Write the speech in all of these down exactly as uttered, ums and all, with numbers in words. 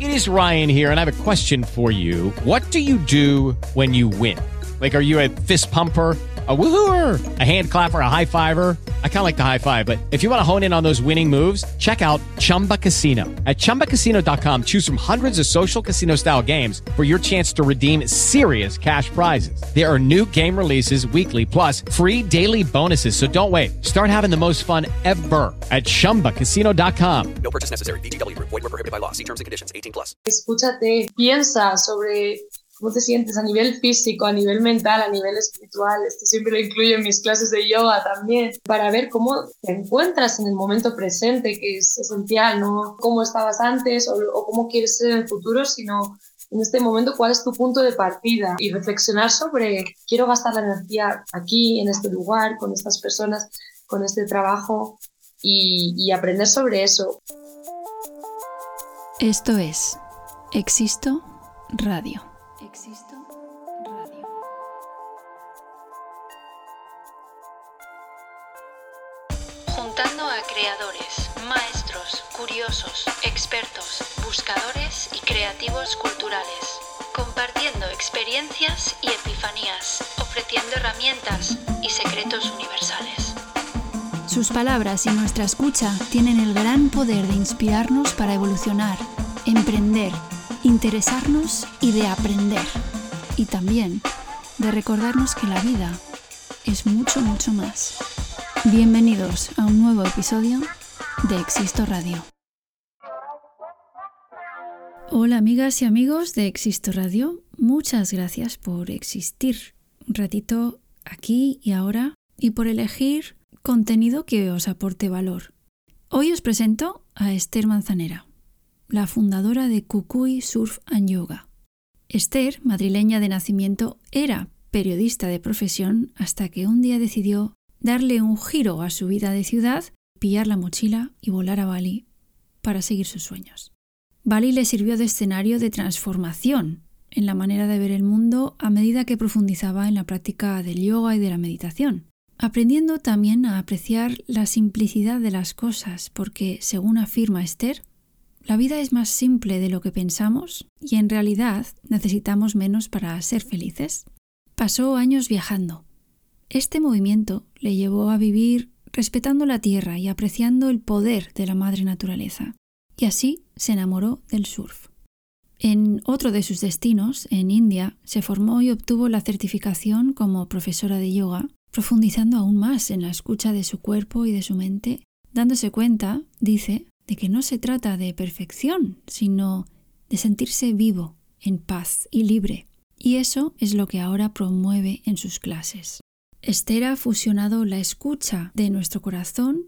It is Ryan here, and I have a question for you. What do you do when you win? Like, are you a fist pumper, a woohooer, a hand clapper, a high fiver? I kind of like the high five, but if you want to hone in on those winning moves, check out Chumba Casino. At chumba casino dot com, choose from hundreds of social casino style games for your chance to redeem serious cash prizes. There are new game releases weekly, plus free daily bonuses. So don't wait. Start having the most fun ever at chumba casino dot com. No purchase necessary. V G W Group. Void where prohibited by law. See terms and conditions. eighteen plus. Escúchate, piensa sobre cómo te sientes a nivel físico, a nivel mental, a nivel espiritual. Esto siempre lo incluyo en mis clases de yoga también, para ver cómo te encuentras en el momento presente, que es esencial, no cómo estabas antes o, o cómo quieres ser en el futuro, sino en este momento cuál es tu punto de partida, y reflexionar sobre, quiero gastar la energía aquí, en este lugar, con estas personas, con este trabajo, y, y aprender sobre eso. Esto es Existo Radio. Existo Radio. Juntando a creadores, maestros, curiosos, expertos, buscadores y creativos culturales, compartiendo experiencias y epifanías, ofreciendo herramientas y secretos universales. Sus palabras y nuestra escucha tienen el gran poder de inspirarnos para evolucionar, emprender, interesarnos y de aprender. Y también de recordarnos que la vida es mucho, mucho más. Bienvenidos a un nuevo episodio de Existo Radio. Hola amigas y amigos de Existo Radio. Muchas gracias por existir un ratito aquí y ahora y por elegir contenido que os aporte valor. Hoy os presento a Esther Manzanera, la fundadora de Kukui Surf and Yoga. Esther, madrileña de nacimiento, era periodista de profesión hasta que un día decidió darle un giro a su vida de ciudad, pillar la mochila y volar a Bali para seguir sus sueños. Bali le sirvió de escenario de transformación en la manera de ver el mundo a medida que profundizaba en la práctica del yoga y de la meditación, aprendiendo también a apreciar la simplicidad de las cosas, porque, según afirma Esther, la vida es más simple de lo que pensamos y en realidad necesitamos menos para ser felices. Pasó años viajando. Este movimiento le llevó a vivir respetando la tierra y apreciando el poder de la madre naturaleza. Y así se enamoró del surf. En otro de sus destinos, en India, se formó y obtuvo la certificación como profesora de yoga, profundizando aún más en la escucha de su cuerpo y de su mente, dándose cuenta, dice, de que no se trata de perfección, sino de sentirse vivo, en paz y libre. Y eso es lo que ahora promueve en sus clases. Esther ha fusionado la escucha de nuestro corazón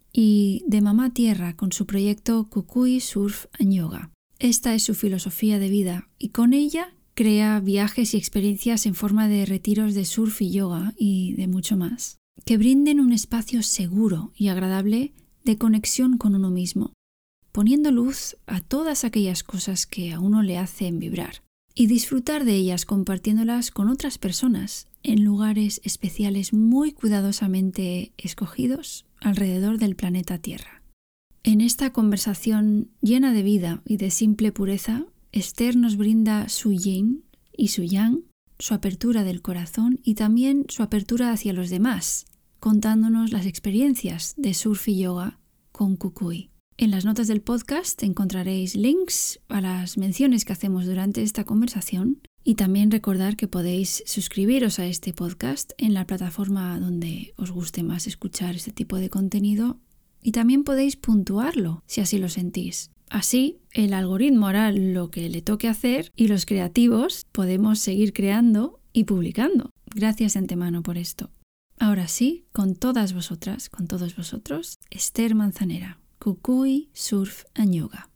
y de Mamá Tierra con su proyecto Kukui Surf and Yoga. Esta es su filosofía de vida y con ella crea viajes y experiencias en forma de retiros de surf y yoga y de mucho más, que brinden un espacio seguro y agradable de conexión con uno mismo, poniendo luz a todas aquellas cosas que a uno le hacen vibrar y disfrutar de ellas compartiéndolas con otras personas en lugares especiales muy cuidadosamente escogidos alrededor del planeta Tierra. En esta conversación llena de vida y de simple pureza, Esther nos brinda su yin y su yang, su apertura del corazón y también su apertura hacia los demás, contándonos las experiencias de surf y yoga con Kukui. En las notas del podcast encontraréis links a las menciones que hacemos durante esta conversación y también recordar que podéis suscribiros a este podcast en la plataforma donde os guste más escuchar este tipo de contenido y también podéis puntuarlo si así lo sentís. Así, el algoritmo hará lo que le toque hacer y los creativos podemos seguir creando y publicando. Gracias de antemano por esto. Ahora sí, con todas vosotras, con todos vosotros, Esther Manzanera, Kukui Surf and Yoga.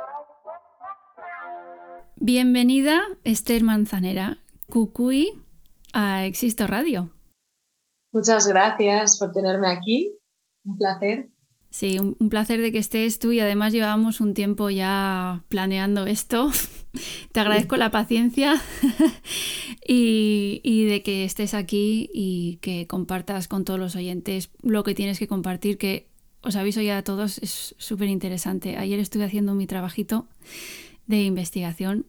Bienvenida, Esther Manzanera, Kukui, a Existo Radio. Muchas gracias por tenerme aquí. Un placer. Sí, un, un placer de que estés tú y además llevábamos un tiempo ya planeando esto. Te agradezco la paciencia y, y de que estés aquí y que compartas con todos los oyentes lo que tienes que compartir, que os aviso ya a todos, es súper interesante. Ayer estuve haciendo mi trabajito de investigación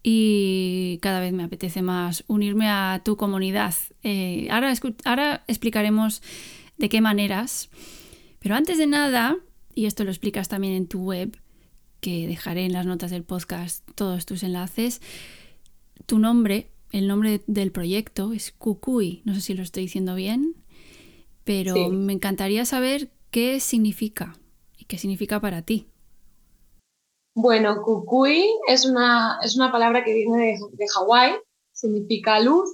y cada vez me apetece más unirme a tu comunidad. Eh, ahora, escu- ahora explicaremos de qué maneras, pero antes de nada, y esto lo explicas también en tu web, que dejaré en las notas del podcast todos tus enlaces, tu nombre, el nombre del proyecto es Kukui, no sé si lo estoy diciendo bien, pero Sí. me encantaría saber qué significa y qué significa para ti. Bueno, Kukui es una, es una palabra que viene de, de Hawái, significa luz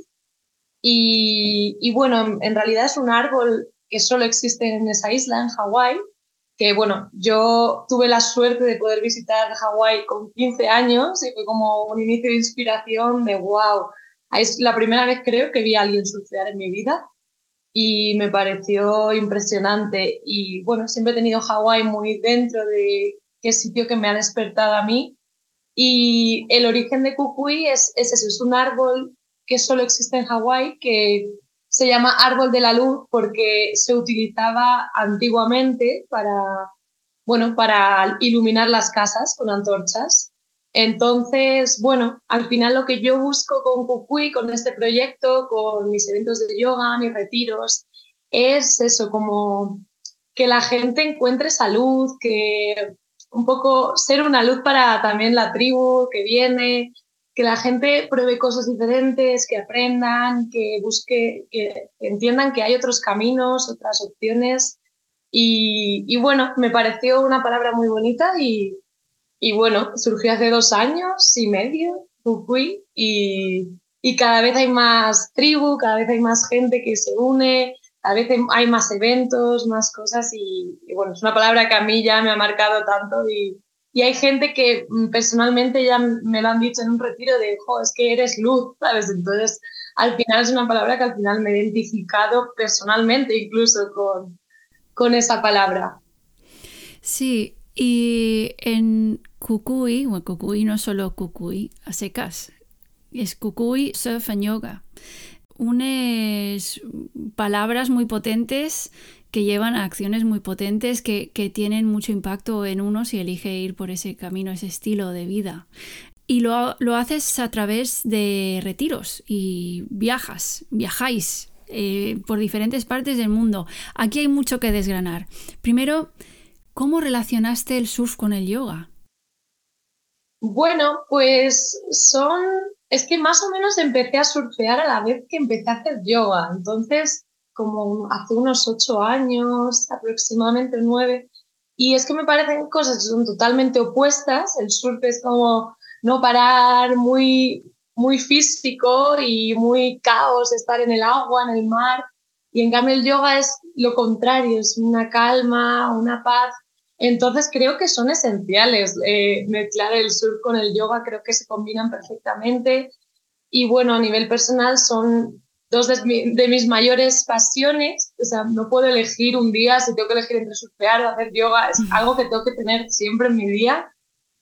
y, y bueno, en, en realidad es un árbol que solo existe en esa isla, en Hawái, que bueno, yo tuve la suerte de poder visitar Hawái con quince años y fue como un inicio de inspiración de wow, es la primera vez creo que vi a alguien surfear en mi vida y me pareció impresionante y bueno, siempre he tenido Hawái muy dentro de qué sitio que me ha despertado a mí y el origen de Kukui es, es eso, es un árbol que solo existe en Hawái, que se llama árbol de la luz porque se utilizaba antiguamente para, bueno, para iluminar las casas con antorchas. Entonces, bueno, al final lo que yo busco con Kukui, con este proyecto, con mis eventos de yoga, mis retiros, es eso, como que la gente encuentre salud, que un poco ser una luz para también la tribu que viene, que la gente pruebe cosas diferentes, que aprendan, que busque, que entiendan que hay otros caminos, otras opciones. Y, y bueno, me pareció una palabra muy bonita y, y bueno, surgió hace dos años y medio, Kukui, y, y cada vez hay más tribu, cada vez hay más gente que se une, cada vez hay más eventos, más cosas y, y bueno, es una palabra que a mí ya me ha marcado tanto y, y hay gente que personalmente ya me lo han dicho en un retiro de, jo, es que eres luz, ¿sabes? Entonces, al final es una palabra que al final me he identificado personalmente incluso con, con esa palabra. Sí, y en Kukui, o Kukui no es solo Kukui, a secas, es Kukui Surf and Yoga. Unes palabras muy potentes que llevan a acciones muy potentes que, que tienen mucho impacto en uno si elige ir por ese camino, ese estilo de vida. Y lo, lo haces a través de retiros y viajas, viajáis eh, por diferentes partes del mundo. Aquí hay mucho que desgranar. Primero, ¿cómo relacionaste el surf con el yoga? Bueno, pues son, es que más o menos empecé a surfear a la vez que empecé a hacer yoga, entonces como hace unos ocho años, aproximadamente nueve, y es que me parecen cosas que son totalmente opuestas, el surf es como no parar, muy, muy físico y muy caos, estar en el agua, en el mar, y en cambio el yoga es lo contrario, es una calma, una paz. Entonces creo que son esenciales. Eh, mezclar el surf con el yoga creo que se combinan perfectamente. Y bueno, a nivel personal son dos de, mi, de mis mayores pasiones. O sea, no puedo elegir un día si tengo que elegir entre surfear o hacer yoga. Es algo que tengo que tener siempre en mi día.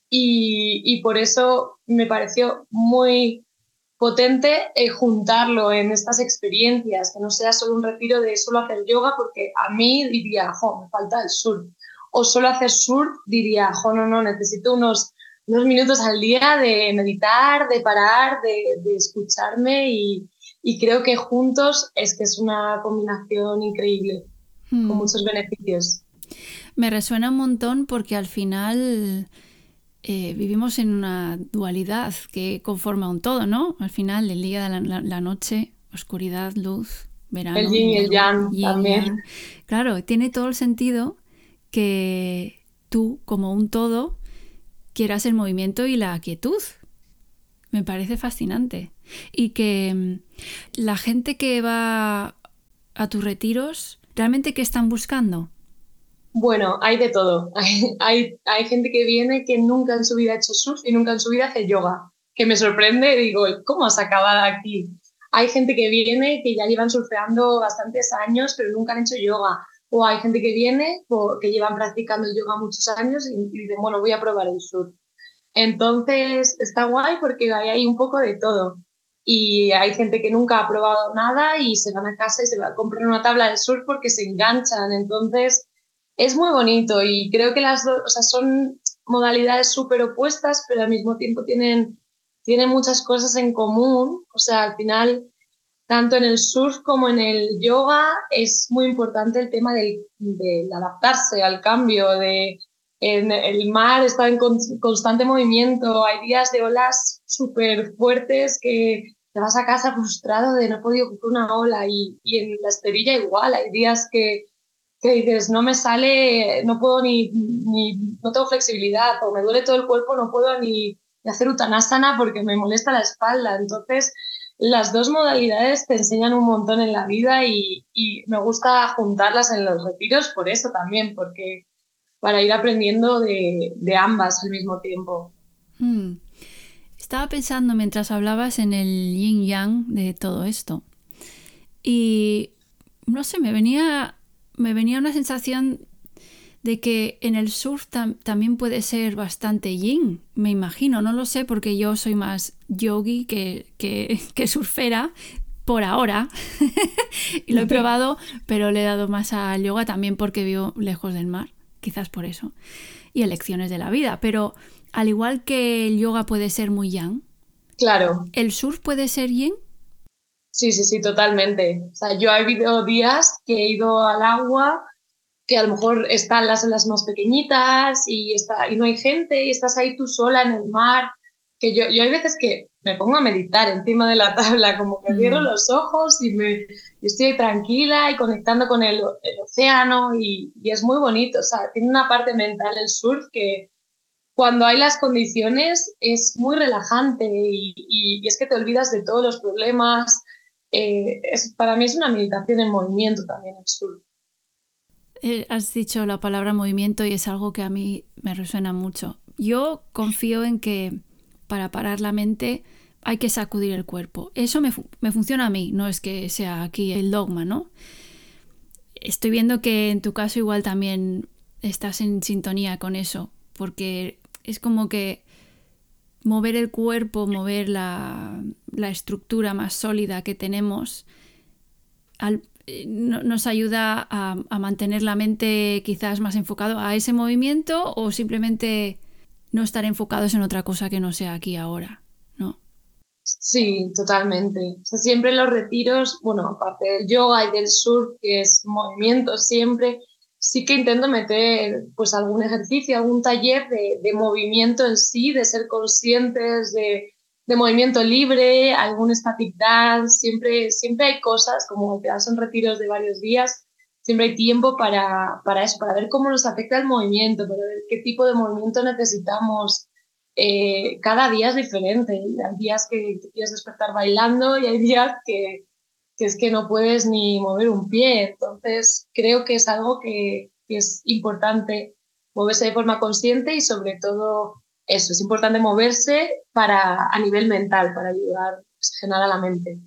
Y, y por eso me pareció muy potente eh, juntarlo en estas experiencias, que no sea solo un retiro de solo hacer yoga, porque a mí diría, jo, me falta el surf. O solo hacer surf, diría, jo, no, no, necesito unos, unos minutos al día de meditar, de parar, de, de escucharme y, y creo que juntos es que es una combinación increíble, con Hmm. muchos beneficios. Me resuena un montón porque al final eh, vivimos en una dualidad que conforma un todo, ¿no? Al final, el día, la, la, la noche, oscuridad, luz, El verano, yin y el invierno, yang yin, también. yang. Claro, tiene todo el sentido que tú, como un todo, quieras el movimiento y la quietud. Me parece fascinante. Y que mm, la gente que va a tus retiros, ¿realmente qué están buscando? Bueno, hay de todo. Hay, hay, hay gente que viene que nunca en su vida ha hecho surf y nunca en su vida hace yoga, que me sorprende, digo, ¿cómo has acabado aquí? Hay gente que viene que ya llevan surfeando bastantes años, pero nunca han hecho yoga. O hay gente que viene o que llevan practicando el yoga muchos años y, y dicen, bueno, voy a probar el surf. Entonces, está guay porque hay, hay un poco de todo. Y hay gente que nunca ha probado nada y se van a casa y se va a comprar una tabla de surf porque se enganchan. Entonces, es muy bonito y creo que las dos, o sea, son modalidades súper opuestas, pero al mismo tiempo tienen, tienen muchas cosas en común. O sea, al final, tanto en el surf como en el yoga es muy importante el tema del, de adaptarse al cambio, de en el mar está en con, constante movimiento, hay días de olas súper fuertes que te vas a casa frustrado de no he podido coger una ola, y, y en la esterilla igual, hay días que, que dices no me sale, no puedo ni, ni, no tengo flexibilidad o me duele todo el cuerpo, no puedo ni, ni hacer uttanasana porque me molesta la espalda. Entonces las dos modalidades te enseñan un montón en la vida y, y me gusta juntarlas en los retiros por eso también, porque para ir aprendiendo de, de ambas al mismo tiempo. Hmm. Estaba pensando mientras hablabas en el yin yang de todo esto y no sé, me venía, me venía una sensación de que en el surf tam- también puede ser bastante yin, me imagino, no lo sé porque yo soy más yogi que, que, que surfera por ahora y lo he probado, pero le he dado más al yoga también porque vivo lejos del mar, quizás por eso, y elecciones de la vida, pero al igual que el yoga puede ser muy yang, Claro. ¿el surf puede ser yin? Sí, sí, sí, totalmente. O sea, yo he habido días que he ido al agua que a lo mejor están las olas más pequeñitas y, está, y no hay gente y estás ahí tú sola en el mar, que yo, yo hay veces que me pongo a meditar encima de la tabla, como que cierro Mm. los ojos y, me, y estoy ahí tranquila y conectando con el, el océano y, y es muy bonito. O sea, tiene una parte mental el surf que cuando hay las condiciones es muy relajante y, y, y es que te olvidas de todos los problemas. Eh, es, para mí es una meditación en movimiento también el surf. Eh, has dicho la palabra movimiento y es algo que a mí me resuena mucho. Yo confío en que para parar la mente hay que sacudir el cuerpo. Eso me, fu- me funciona a mí, no es que sea aquí el dogma, ¿no? Estoy viendo que en tu caso igual también estás en sintonía con eso, porque es como que mover el cuerpo, mover la, la estructura más sólida que tenemos, al, eh, no, nos ayuda a, a mantener la mente quizás más enfocado a ese movimiento o simplemente no estar enfocados en otra cosa que no sea aquí ahora, ¿no? Sí, totalmente. O sea, siempre en los retiros, bueno, aparte del yoga y del surf, que es movimiento siempre, sí que intento meter pues algún ejercicio, algún taller de, de movimiento en sí, de ser conscientes de, de movimiento libre, algún static dance, siempre, siempre hay cosas, como que son retiros de varios días, siempre hay tiempo para, para eso, para ver cómo nos afecta el movimiento, para ver qué tipo de movimiento necesitamos. Eh, cada día es diferente. Hay días que te quieres despertar bailando y hay días que, que es que no puedes ni mover un pie. Entonces, creo que es algo que, que es importante moverse de forma consciente y sobre todo eso, es importante moverse para, a nivel mental, para ayudar a oxigenar a la mente.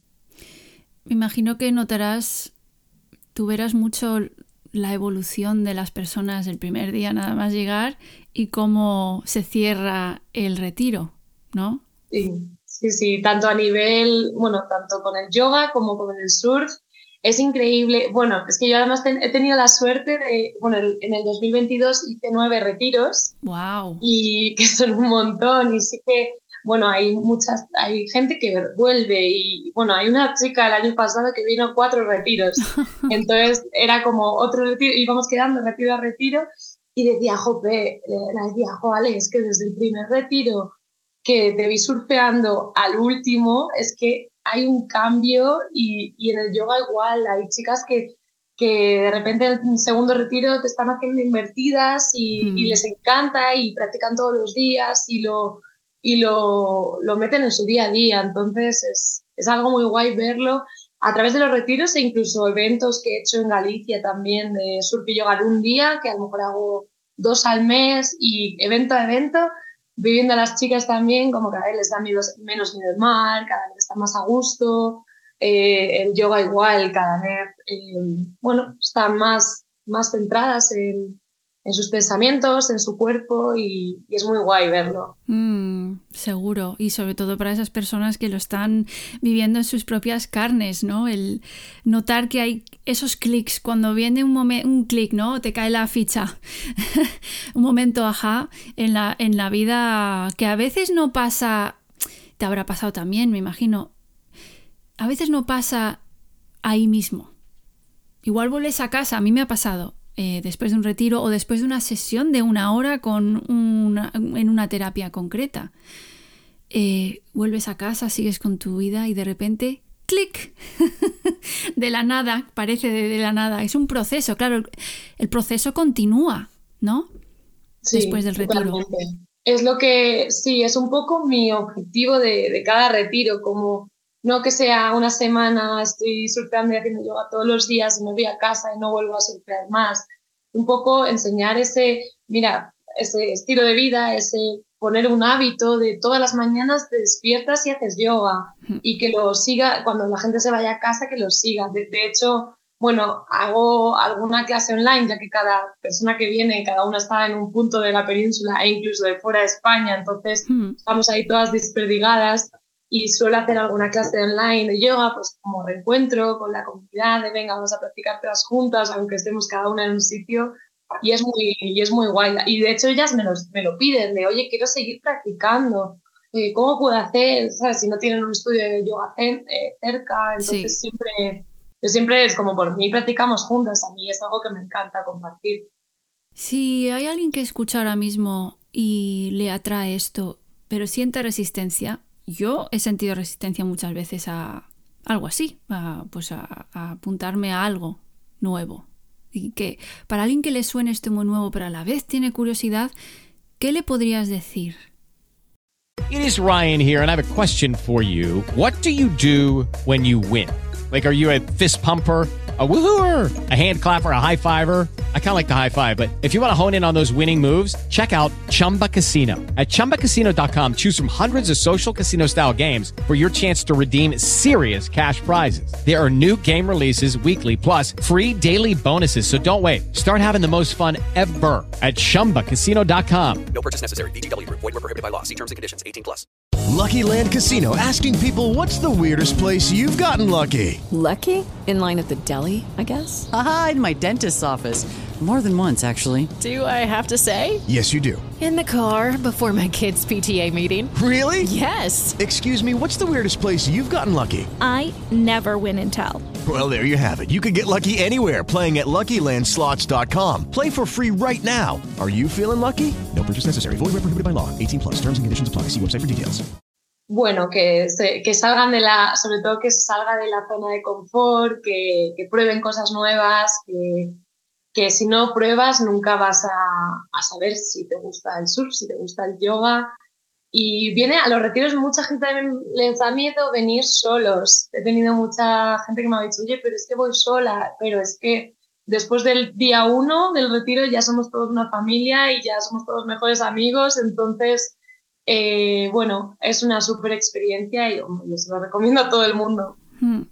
Me imagino que notarás, tú verás mucho la evolución de las personas el primer día nada más llegar y cómo se cierra el retiro, ¿no? Sí, sí, sí, tanto a nivel, bueno, tanto con el yoga como con el surf, es increíble. Bueno, es que yo además ten, he tenido la suerte de, bueno, el, en el dos mil veintidós hice nueve retiros ¡Wow! y que son un montón y sí que, bueno, hay muchas, hay gente que vuelve y, bueno, hay una chica el año pasado que vino a cuatro retiros, entonces era como otro retiro, íbamos quedando retiro a retiro y decía, jope, la decía, jo, Ale, es que desde el primer retiro que te vi surfeando al último, es que hay un cambio y, y en el yoga igual, hay chicas que, que de repente en el segundo retiro te están haciendo invertidas y, y Hmm. les encanta y practican todos los días y lo, y lo, lo meten en su día a día, entonces es, es algo muy guay verlo a través de los retiros e incluso eventos que he hecho en Galicia también de surf y yoga de un día, que a lo mejor hago dos al mes y evento a evento, viviendo a las chicas también, como cada vez les da menos, menos miedo el mar, cada vez están más a gusto, eh, el yoga igual, cada vez, eh, bueno, están más, más centradas en, en sus pensamientos, en su cuerpo y, y es muy guay verlo. Mm, seguro, y sobre todo para esas personas que lo están viviendo en sus propias carnes, ¿no? El notar que hay esos clics, cuando viene un, momen- un clic, ¿no? Te cae la ficha, un momento ajá en la, en la vida que a veces no pasa, te habrá pasado también, me imagino, a veces no pasa ahí mismo. Igual vuelves a casa, a mí me ha pasado. Eh, después de un retiro o después de una sesión de una hora con una, en una terapia concreta. Eh, vuelves a casa, sigues con tu vida y de repente, ¡clic! De la nada, parece de, de la nada. Es un proceso, claro, el, el proceso continúa, ¿no? Sí, después del retiro. totalmente. Es lo que, sí, es un poco mi objetivo de, de cada retiro, como no que sea una semana, estoy surfeando y haciendo yoga todos los días y me voy a casa y no vuelvo a surfear más. Un poco enseñar ese, mira, ese estilo de vida, ese poner un hábito de todas las mañanas te despiertas y haces yoga y que lo siga, cuando la gente se vaya a casa, que lo siga. De, de hecho, bueno, hago alguna clase online, ya que cada persona que viene, cada una está en un punto de la península e incluso de fuera de España, entonces Hmm. estamos ahí todas desperdigadas y suelo hacer alguna clase online de yoga, pues como reencuentro con la comunidad, de venga, vamos a practicar todas juntas, aunque estemos cada una en un sitio, y es muy, y es muy guay. Y de hecho ellas me, los, me lo piden, de oye, quiero seguir practicando, eh, ¿cómo puedo hacer? ¿Sabes? Si no tienen un estudio de yoga cer- eh, cerca, entonces Sí. siempre... Yo siempre es como por mí practicamos juntas, a mí es algo que me encanta compartir. Si hay alguien que escucha ahora mismo y le atrae esto, pero siente resistencia, yo he sentido resistencia muchas veces a algo así, a, pues a, a apuntarme a algo nuevo. Y que para alguien que le suene esto muy nuevo, pero a la vez tiene curiosidad, ¿qué le podrías decir? It is Ryan here, and I have a question for you. What do you do when you win? Like, are you a fist pumper, a woohooer, a hand clapper, a high fiver? I kind of like the high five, but if you want to hone in on those winning moves, check out Chumba Casino. At chumba casino dot com, choose from hundreds of social casino style games for your chance to redeem serious cash prizes. There are new game releases weekly, plus free daily bonuses. So don't wait. Start having the most fun ever at chumba casino dot com. No purchase necessary. V G W Group. Void where prohibited by law. See terms and conditions. eighteen plus. Lucky Land Casino, asking people, what's the weirdest place you've gotten lucky? Lucky? In line at the deli, I guess? Aha, in my dentist's office. More than once, actually. Do I have to say? Yes, you do. In the car before my kids' P T A meeting. Really? Yes. Excuse me, what's the weirdest place you've gotten lucky? I never win and tell. Well, there you have it. You can get lucky anywhere, playing at lucky land slots dot com. Play for free right now. Are you feeling lucky? No purchase necessary. Void where prohibited by law. eighteen plus. Terms and conditions apply. See website for details. Bueno, que, se, que salgan de la, sobre todo que se salga de la zona de confort, que, que prueben cosas nuevas, que, que si no pruebas nunca vas a, a saber si te gusta el surf, si te gusta el yoga. Y viene a los retiros, mucha gente les da miedo venir solos. He tenido mucha gente que me ha dicho, oye, pero es que voy sola, pero es que después del día uno del retiro ya somos todos una familia y ya somos todos mejores amigos, entonces... Eh, bueno, es una súper experiencia y hombre, yo se lo recomiendo a todo el mundo. Hmm.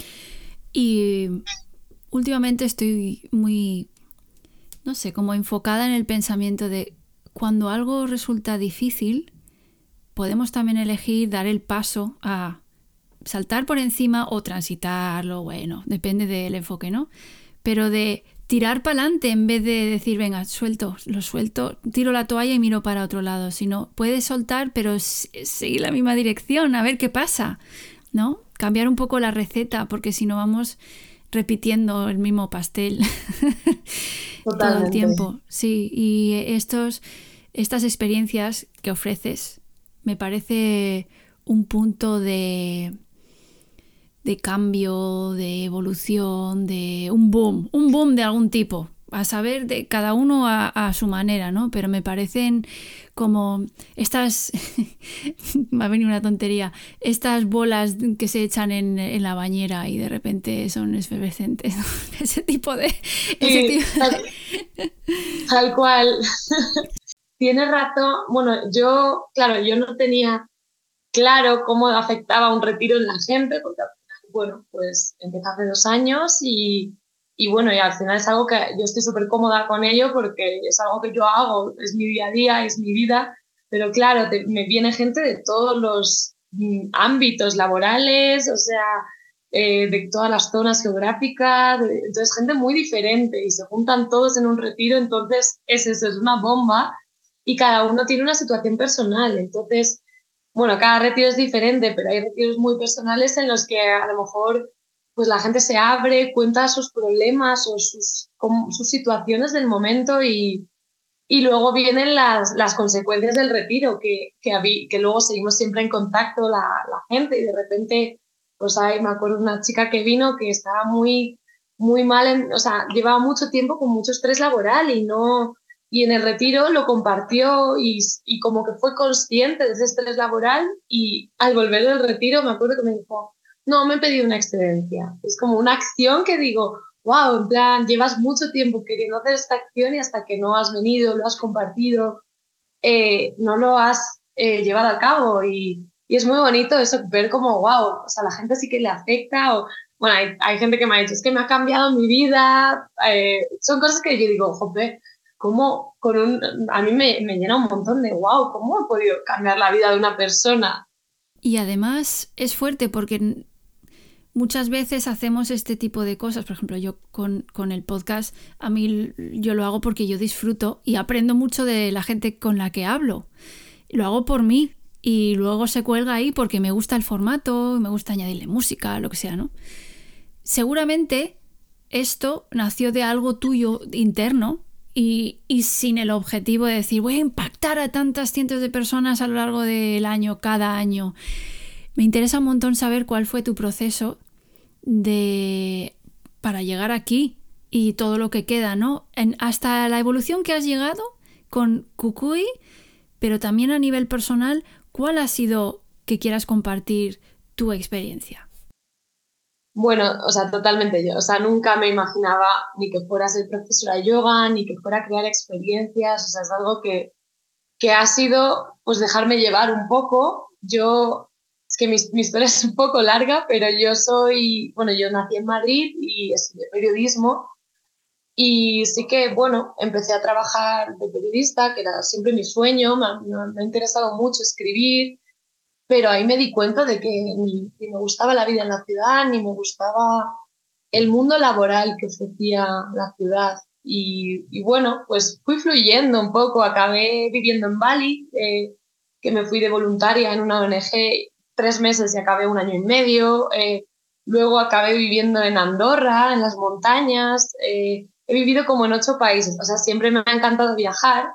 Y últimamente estoy muy, no sé, como enfocada en el pensamiento de cuando algo resulta difícil, podemos también elegir dar el paso a saltar por encima o transitarlo, bueno, depende del enfoque, ¿no? Pero de tirar para adelante en vez de decir, venga, suelto, lo suelto, tiro la toalla y miro para otro lado. Sino puedes soltar, pero seguir la misma dirección, a ver qué pasa, ¿no? Cambiar un poco la receta, porque si no vamos repitiendo el mismo pastel todo el tiempo. Sí, y estos, estas experiencias que ofreces me parece un punto de... de cambio, de evolución, de un boom, un boom de algún tipo, a saber, de cada uno a, a su manera, ¿no? Pero me parecen como estas, me ha venido una tontería, estas bolas que se echan en, en la bañera y de repente son efervescentes, ¿no? Ese tipo de... Ese Sí, tipo... Tal, tal cual. Tienes razón. Bueno, yo, claro, yo no tenía claro cómo afectaba un retiro en la gente, porque bueno, pues empecé hace dos años y, y bueno, y al final es algo que yo estoy súper cómoda con ello porque es algo que yo hago, es mi día a día, es mi vida, pero claro, te, me viene gente de todos los mm, ámbitos laborales, o sea, eh, de todas las zonas geográficas, de, entonces gente muy diferente y se juntan todos en un retiro, entonces es eso, es una bomba y cada uno tiene una situación personal, entonces, bueno, cada retiro es diferente, pero hay retiros muy personales en los que a lo mejor pues la gente se abre, cuenta sus problemas o sus, como, sus situaciones del momento y, y luego vienen las, las consecuencias del retiro, que, que, habí, que luego seguimos siempre en contacto la, la gente y de repente, pues hay, me acuerdo de una chica que vino que estaba muy, muy mal, en, o sea, llevaba mucho tiempo con mucho estrés laboral y no... Y en el retiro lo compartió y, y como que fue consciente de ese estrés laboral y al volver del retiro me acuerdo que me dijo, no, me he pedido una excedencia. Es como una acción que digo, wow, en plan, llevas mucho tiempo queriendo hacer esta acción y hasta que no has venido, lo has compartido, eh, no lo has eh, llevado a cabo. Y, y es muy bonito eso, ver como, wow, o sea, la gente sí que le afecta. O, bueno, hay, hay gente que me ha dicho, es que me ha cambiado mi vida. Eh, son cosas que yo digo, jope, ¿cómo con un, a mí me, me llena un montón de, wow, ¿cómo he podido cambiar la vida de una persona? Y además es fuerte porque muchas veces hacemos este tipo de cosas. Por ejemplo, yo con, con el podcast, a mí yo lo hago porque yo disfruto y aprendo mucho de la gente con la que hablo. Lo hago por mí y luego se cuelga ahí porque me gusta el formato, me gusta añadirle música, lo que sea, ¿no? Seguramente esto nació de algo tuyo interno y, y sin el objetivo de decir voy a impactar a tantas cientos de personas a lo largo del año, cada año. Me interesa un montón saber cuál fue tu proceso de para llegar aquí y todo lo que queda, ¿no? En, hasta la evolución que has llegado con Kukui, pero también a nivel personal, ¿cuál ha sido que quieras compartir tu experiencia? Bueno, o sea, totalmente yo. O sea, nunca me imaginaba ni que fuera a ser profesora de yoga, ni que fuera a crear experiencias. O sea, es algo que, que ha sido, pues, dejarme llevar un poco. Yo, es que mi, mi historia es un poco larga, pero yo soy, bueno, yo nací en Madrid y estudié periodismo. Y sí que, bueno, empecé a trabajar de periodista, que era siempre mi sueño. Me, me, me ha interesado mucho escribir. Pero ahí me di cuenta de que ni, ni me gustaba la vida en la ciudad, ni me gustaba el mundo laboral que ofrecía la ciudad. Y, y bueno, pues fui fluyendo un poco, acabé viviendo en Bali, eh, que me fui de voluntaria en una O N G tres meses y acabé un año y medio. Eh, luego acabé viviendo en Andorra, en las montañas. Eh, he vivido como en ocho países, o sea, siempre me ha encantado viajar.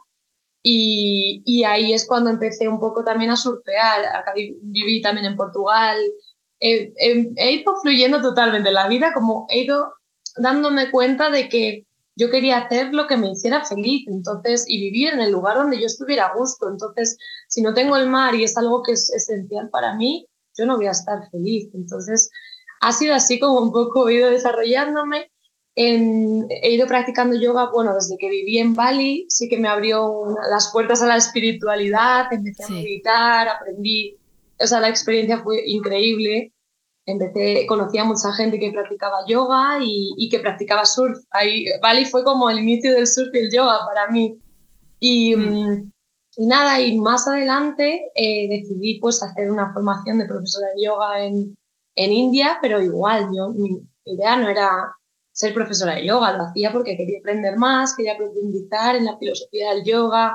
Y, y ahí es cuando empecé un poco también a surfear. Acá viví también en Portugal. He, he, he ido fluyendo totalmente en la vida, como he ido dándome cuenta de que yo quería hacer lo que me hiciera feliz, entonces, y vivir en el lugar donde yo estuviera a gusto. Entonces, si no tengo el mar y es algo que es esencial para mí, yo no voy a estar feliz. Entonces, ha sido así como un poco he ido desarrollándome. En, he ido practicando yoga, bueno, desde que viví en Bali, sí que me abrió una, las puertas a la espiritualidad, empecé Sí. a meditar, aprendí, o sea, la experiencia fue increíble. Empecé, conocí a mucha gente que practicaba yoga y, y que practicaba surf. Ahí, Bali fue como el inicio del surf y el yoga para mí. Y, mm. y nada, y más adelante eh, decidí pues hacer una formación de profesora de yoga en, en India, pero igual, yo, mi idea no era ser profesora de yoga, lo hacía porque quería aprender más, quería profundizar en la filosofía del yoga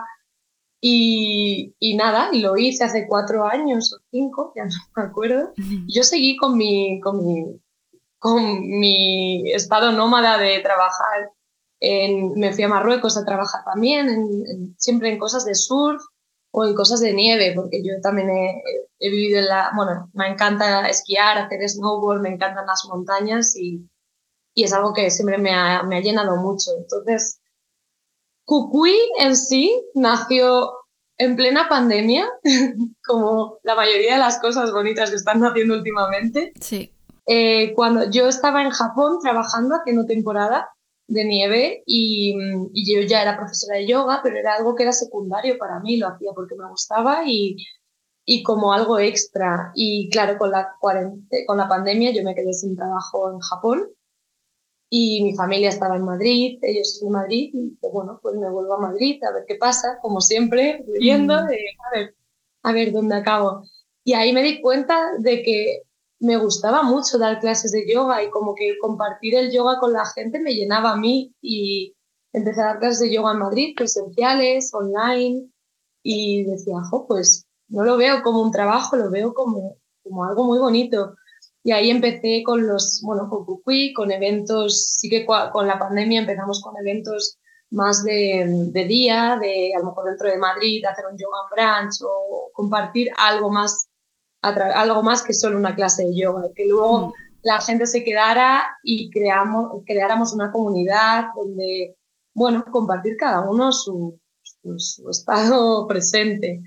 y, y nada, y lo hice hace cuatro años o cinco, ya no me acuerdo. Y yo seguí con mi, con mi, con mi estado nómada de trabajar. En, me fui a Marruecos a trabajar también, en, en, siempre en cosas de surf o en cosas de nieve, porque yo también he, he vivido en la... Bueno, me encanta esquiar, hacer snowboard, me encantan las montañas y y es algo que siempre me ha, me ha llenado mucho. Entonces, Kukui en sí nació en plena pandemia, como la mayoría de las cosas bonitas que están haciendo últimamente. Sí. Eh, cuando yo estaba en Japón trabajando, haciendo temporada de nieve y, y yo ya era profesora de yoga, pero era algo que era secundario para mí, lo hacía porque me gustaba y, y como algo extra. Y claro, con la, con la pandemia yo me quedé sin trabajo en Japón. y mi familia estaba en Madrid, ellos en Madrid, y dije, bueno, pues me vuelvo a Madrid a ver qué pasa, como siempre, viviendo, Mm. de, a ver, a ver dónde acabo. Y ahí me di cuenta de que me gustaba mucho dar clases de yoga y como que compartir el yoga con la gente me llenaba a mí, y empecé a dar clases de yoga en Madrid, presenciales, online, y decía, jo, pues no lo veo como un trabajo, lo veo como, como algo muy bonito. Y ahí empecé con los, bueno, con Kukui, con eventos, sí que con la pandemia empezamos con eventos más de, de día, de a lo mejor dentro de Madrid hacer un yoga brunch o compartir algo más, algo más que solo una clase de yoga, que luego Mm. la gente se quedara y creamos, creáramos una comunidad donde, bueno, compartir cada uno su, su, su estado presente.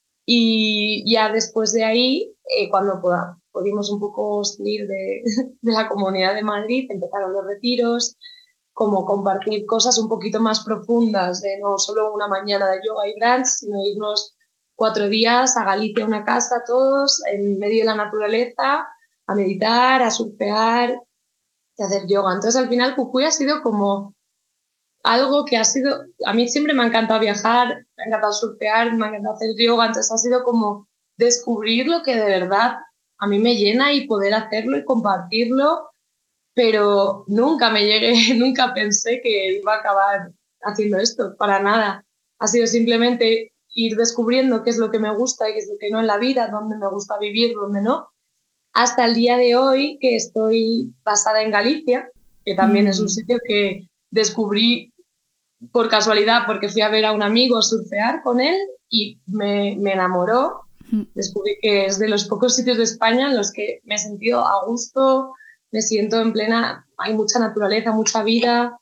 Y ya después de ahí, eh, cuando pueda, pudimos un poco salir de, de la Comunidad de Madrid, empezaron los retiros, como compartir cosas un poquito más profundas, de no solo una mañana de yoga y brunch, sino irnos cuatro días a Galicia, a una casa, todos, en medio de la naturaleza, a meditar, a surfear, a hacer yoga. Entonces, al final, Kukui ha sido como algo que ha sido, a mí siempre me ha encantado viajar, me ha encantado surfear, me ha encantado hacer yoga, entonces ha sido como descubrir lo que de verdad a mí me llena y poder hacerlo y compartirlo, pero nunca me llegué, nunca pensé que iba a acabar haciendo esto, para nada. Ha sido simplemente ir descubriendo qué es lo que me gusta y qué es lo que no en la vida, dónde me gusta vivir, dónde no, hasta el día de hoy que estoy basada en Galicia, que también mm. es un sitio que descubrí por casualidad, porque fui a ver a un amigo surfear con él y me, me enamoró. Descubrí que es de los pocos sitios de España en los que me he sentido a gusto, me siento en plena, hay mucha naturaleza, mucha vida,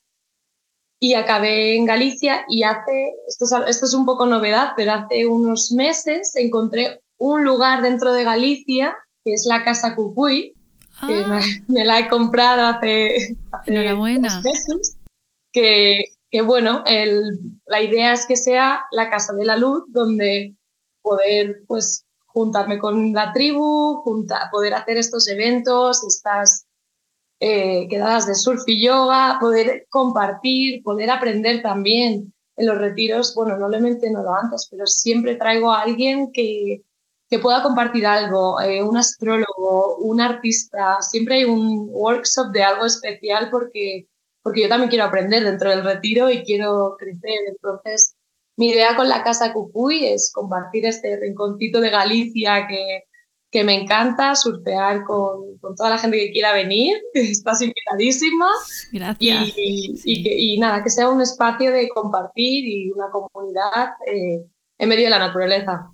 y acabé en Galicia y hace, esto es, esto es un poco novedad, pero hace unos meses encontré un lugar dentro de Galicia, que es la Casa Kukui, ah. que me, me la he comprado hace, hace Enhorabuena. dos meses, que que bueno, el, la idea es que sea la Casa de la Luz, donde poder pues juntarme con la tribu, junta, poder hacer estos eventos, estas eh, quedadas de surf y yoga, poder compartir, poder aprender también. En los retiros, bueno, no lo he mencionado antes, pero siempre traigo a alguien que, que pueda compartir algo, eh, un astrólogo, un artista, siempre hay un workshop de algo especial porque... porque yo también quiero aprender dentro del retiro y quiero crecer. Entonces, mi idea con la Casa Kukui es compartir este rinconcito de Galicia que, que me encanta, surfear con, con toda la gente que quiera venir, que estás invitadísima. Gracias. Y, sí. y, que, y nada, que sea un espacio de compartir y una comunidad eh, en medio de la naturaleza.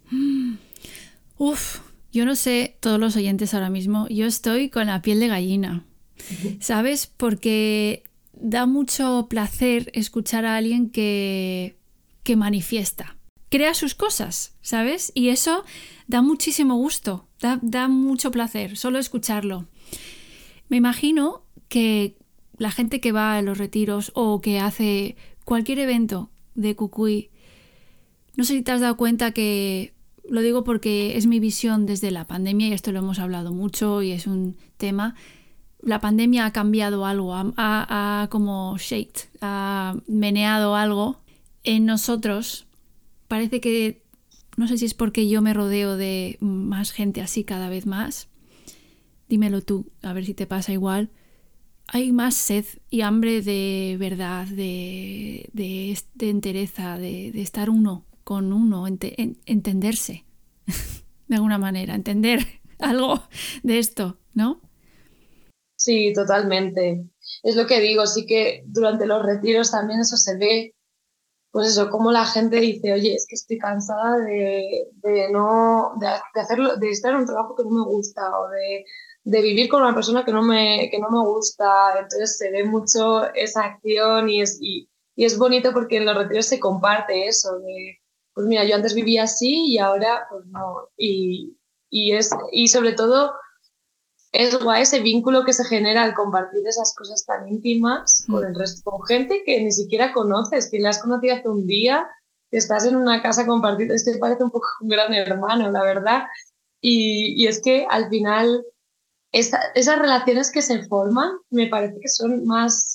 Uf, yo no sé, todos los oyentes ahora mismo, yo estoy con la piel de gallina, ¿sabes? Porque... da mucho placer escuchar a alguien que, que manifiesta, crea sus cosas, ¿sabes? Y eso da muchísimo gusto, da, da mucho placer solo escucharlo. Me imagino que la gente que va a los retiros o que hace cualquier evento de Kukui, no sé si te has dado cuenta que, lo digo porque es mi visión desde la pandemia y esto lo hemos hablado mucho y es un tema. La pandemia ha cambiado algo, ha, ha, ha como shaked, ha meneado algo en nosotros. Parece que, no sé si es porque yo me rodeo de más gente así cada vez más. Dímelo tú, a ver si te pasa igual. Hay más sed y hambre de verdad, de, de, de entereza, de, de estar uno con uno, ente, en, entenderse de alguna manera, entender algo de esto, ¿no? Sí, totalmente. Es lo que digo, sí que durante los retiros también eso se ve, pues eso, como la gente dice, oye, es que estoy cansada de, de no, de, de hacerlo, de estar en un trabajo que no me gusta o de, de vivir con una persona que no me, que no me gusta. Entonces se ve mucho esa acción y es, y, y es bonito porque en los retiros se comparte eso, de, pues mira, yo antes vivía así y ahora pues no. Y, y, es, y sobre todo... es guay ese vínculo que se genera al compartir esas cosas tan íntimas con el resto, con gente que ni siquiera conoces, que la has conocido hace un día, que estás en una casa compartida. Esto parece un poco un gran hermano, la verdad. Y, y es que al final esa, esas relaciones que se forman me parece que son más,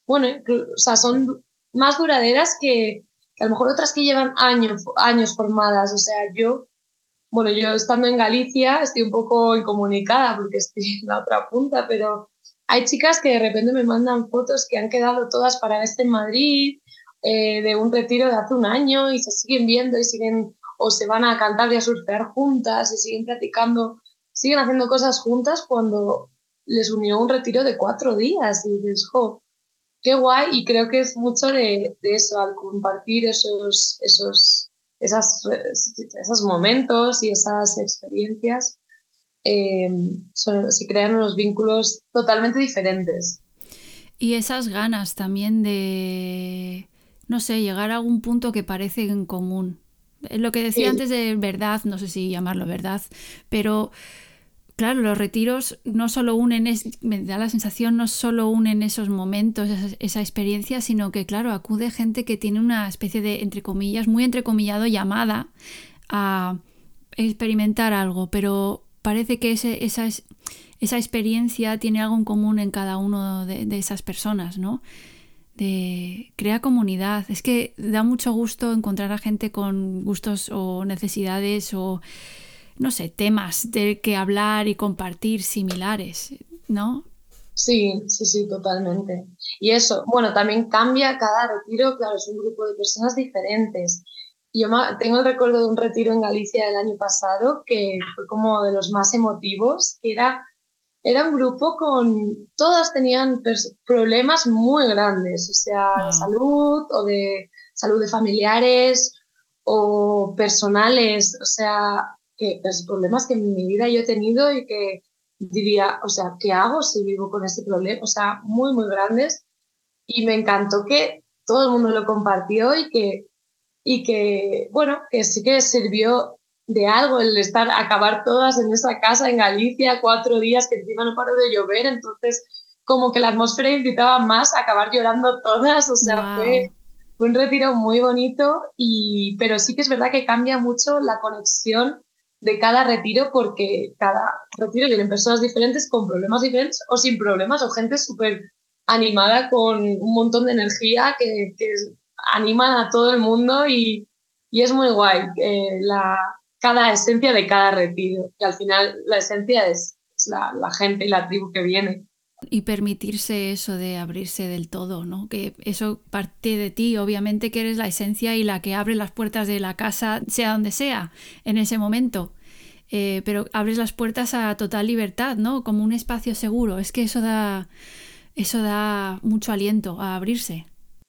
bueno, o sea, son más duraderas que, que a lo mejor otras que llevan años, años formadas. O sea, yo, bueno, yo estando en Galicia estoy un poco incomunicada porque estoy en la otra punta, pero hay chicas que de repente me mandan fotos que han quedado todas para verse en Madrid, eh, de un retiro de hace un año y se siguen viendo y siguen, o se van a cantar y a surfear juntas y siguen practicando, siguen haciendo cosas juntas cuando les unió un retiro de cuatro días y dices, jo, qué guay. Y creo que es mucho de, de eso, al compartir esos, esos, esas, esos momentos y esas experiencias, eh, son, se crean unos vínculos totalmente diferentes. Y esas ganas también de, no sé, llegar a algún punto que parece en común. Lo que decía Sí. antes de verdad, no sé si llamarlo verdad, pero claro, los retiros no solo unen, es, me da la sensación, no solo unen esos momentos, esa, esa experiencia, sino que, claro, acude gente que tiene una especie de, entre comillas, muy entrecomillado, llamada a experimentar algo, pero parece que ese, esa, esa experiencia tiene algo en común en cada uno de, de esas personas, ¿no? De crea comunidad. Es que da mucho gusto encontrar a gente con gustos o necesidades o, no sé, temas de que hablar y compartir similares, ¿no? Sí, sí, sí, totalmente. Y eso, bueno, también cambia cada retiro, claro, es un grupo de personas diferentes. Yo ma- tengo el recuerdo de un retiro en Galicia el año pasado que fue como de los más emotivos, que era, era un grupo con, todas tenían pers- problemas muy grandes, o sea, de Wow. salud o de salud de familiares o personales, o sea, que pues, problemas que en mi vida yo he tenido y que diría, o sea, ¿qué hago si vivo con este problema? O sea, muy, muy grandes. Y me encantó que todo el mundo lo compartió y que, y que bueno, que sí que sirvió de algo el estar, acabar todas en esa casa en Galicia, cuatro días que encima no paró de llover, entonces como que la atmósfera invitaba más a acabar llorando todas, o sea, fue, Wow. fue un retiro muy bonito, y, pero sí que es verdad que cambia mucho la conexión de cada retiro porque cada retiro vienen personas diferentes con problemas diferentes o sin problemas o gente súper animada con un montón de energía que, que animan a todo el mundo y, y es muy guay eh, la, cada esencia de cada retiro, que al final la esencia es, es la, la gente y la tribu que viene. Y permitirse eso de abrirse del todo, ¿no? Que eso parte de ti, obviamente que eres la esencia y la que abre las puertas de la casa, sea donde sea, en ese momento. Eh, pero abres las puertas a total libertad, ¿no? Como un espacio seguro. Es que eso da, eso da mucho aliento a abrirse.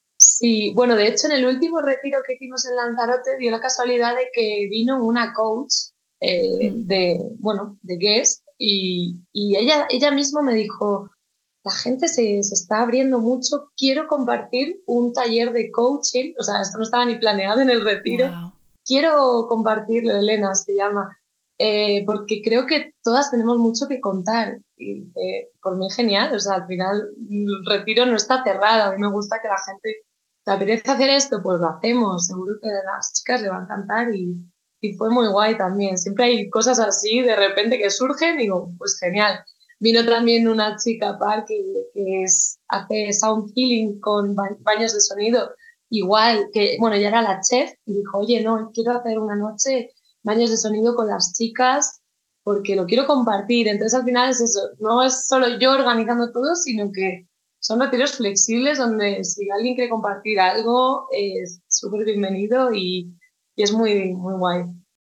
Sí, bueno, de hecho en el último retiro que hicimos en Lanzarote dio la casualidad de que vino una coach eh, Mm. de, bueno, de guest y, y ella, ella misma me dijo, la gente se, se está abriendo mucho, quiero compartir un taller de coaching, o sea, esto no estaba ni planeado en el retiro, Wow. quiero compartirlo, Elena se llama, eh, porque creo que todas tenemos mucho que contar y eh, por mí genial, o sea, al final el retiro no está cerrado, a mí me gusta que la gente te apetece hacer esto, pues lo hacemos, seguro que a las chicas le va a encantar y, y fue muy guay también, siempre hay cosas así de repente que surgen y digo, pues genial. Vino también una chica par que, que es, hace sound healing con ba- baños de sonido, igual que, bueno, ella era la chef y dijo, oye, no, quiero hacer una noche baños de sonido con las chicas porque lo quiero compartir. Entonces al final es eso, no es solo yo organizando todo, sino que son retiros flexibles donde si alguien quiere compartir algo es súper bienvenido y, y es muy, muy guay.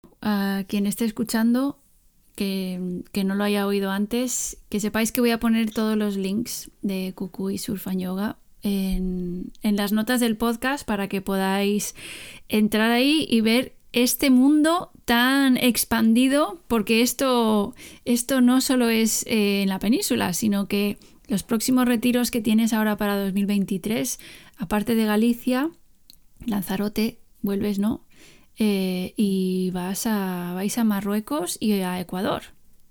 A quien esté escuchando, que, que no lo haya oído antes, que sepáis que voy a poner todos los links de Cucú y Surf and Yoga en, en las notas del podcast para que podáis entrar ahí y ver este mundo tan expandido, porque esto, esto no solo es eh, en la península, sino que los próximos retiros que tienes ahora para dos mil veintitrés, aparte de Galicia, Lanzarote, vuelves, ¿no? Eh, y vas a, vais a Marruecos y a Ecuador.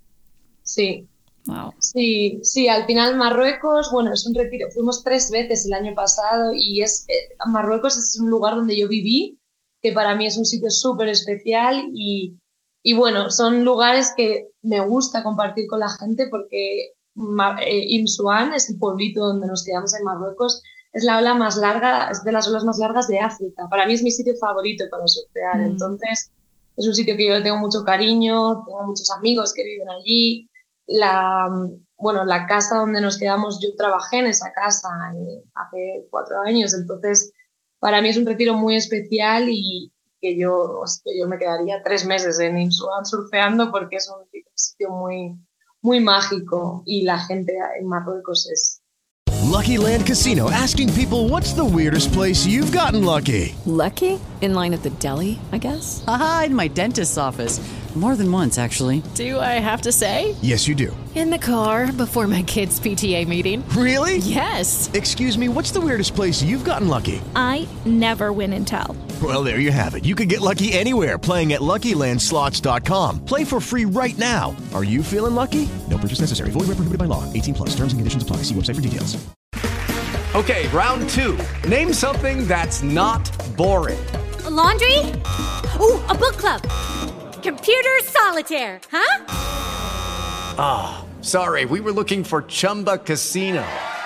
Sí, Wow. sí, sí, al final Marruecos, bueno, es un retiro, fuimos tres veces el año pasado y es, eh, Marruecos es un lugar donde yo viví, que para mí es un sitio súper especial y, y bueno, son lugares que me gusta compartir con la gente porque Mar- eh, Imsuán es el pueblito donde nos quedamos en Marruecos, es la ola más larga, es de las olas más largas de África. Para mí es mi sitio favorito para surfear, mm. entonces es un sitio que yo le tengo mucho cariño, tengo muchos amigos que viven allí. La, bueno, la casa donde nos quedamos, yo trabajé en esa casa eh, hace cuatro años, entonces para mí es un retiro muy especial y que yo, que yo me quedaría tres meses en Imsuan surfeando porque es un sitio muy, muy mágico y la gente en Marruecos es... Lucky Land Casino, asking people, what's the weirdest place you've gotten lucky? Lucky? In line at the deli, I guess? Aha, in my dentist's office. More than once, actually. Do I have to say? Yes, you do. In the car before my kids' P T A meeting. Really? Yes. Excuse me, what's the weirdest place you've gotten lucky? I never win and tell. Well, there you have it. You can get lucky anywhere, playing at Lucky Land Slots dot com. Play for free right now. Are you feeling lucky? No purchase necessary. Void where prohibited by law. eighteen plus. Terms and conditions apply. See website for details. Okay, round two. Name something that's not boring. A laundry? Ooh, a book club. Computer solitaire, huh? Ah, oh, sorry. We were looking for Chumba Casino.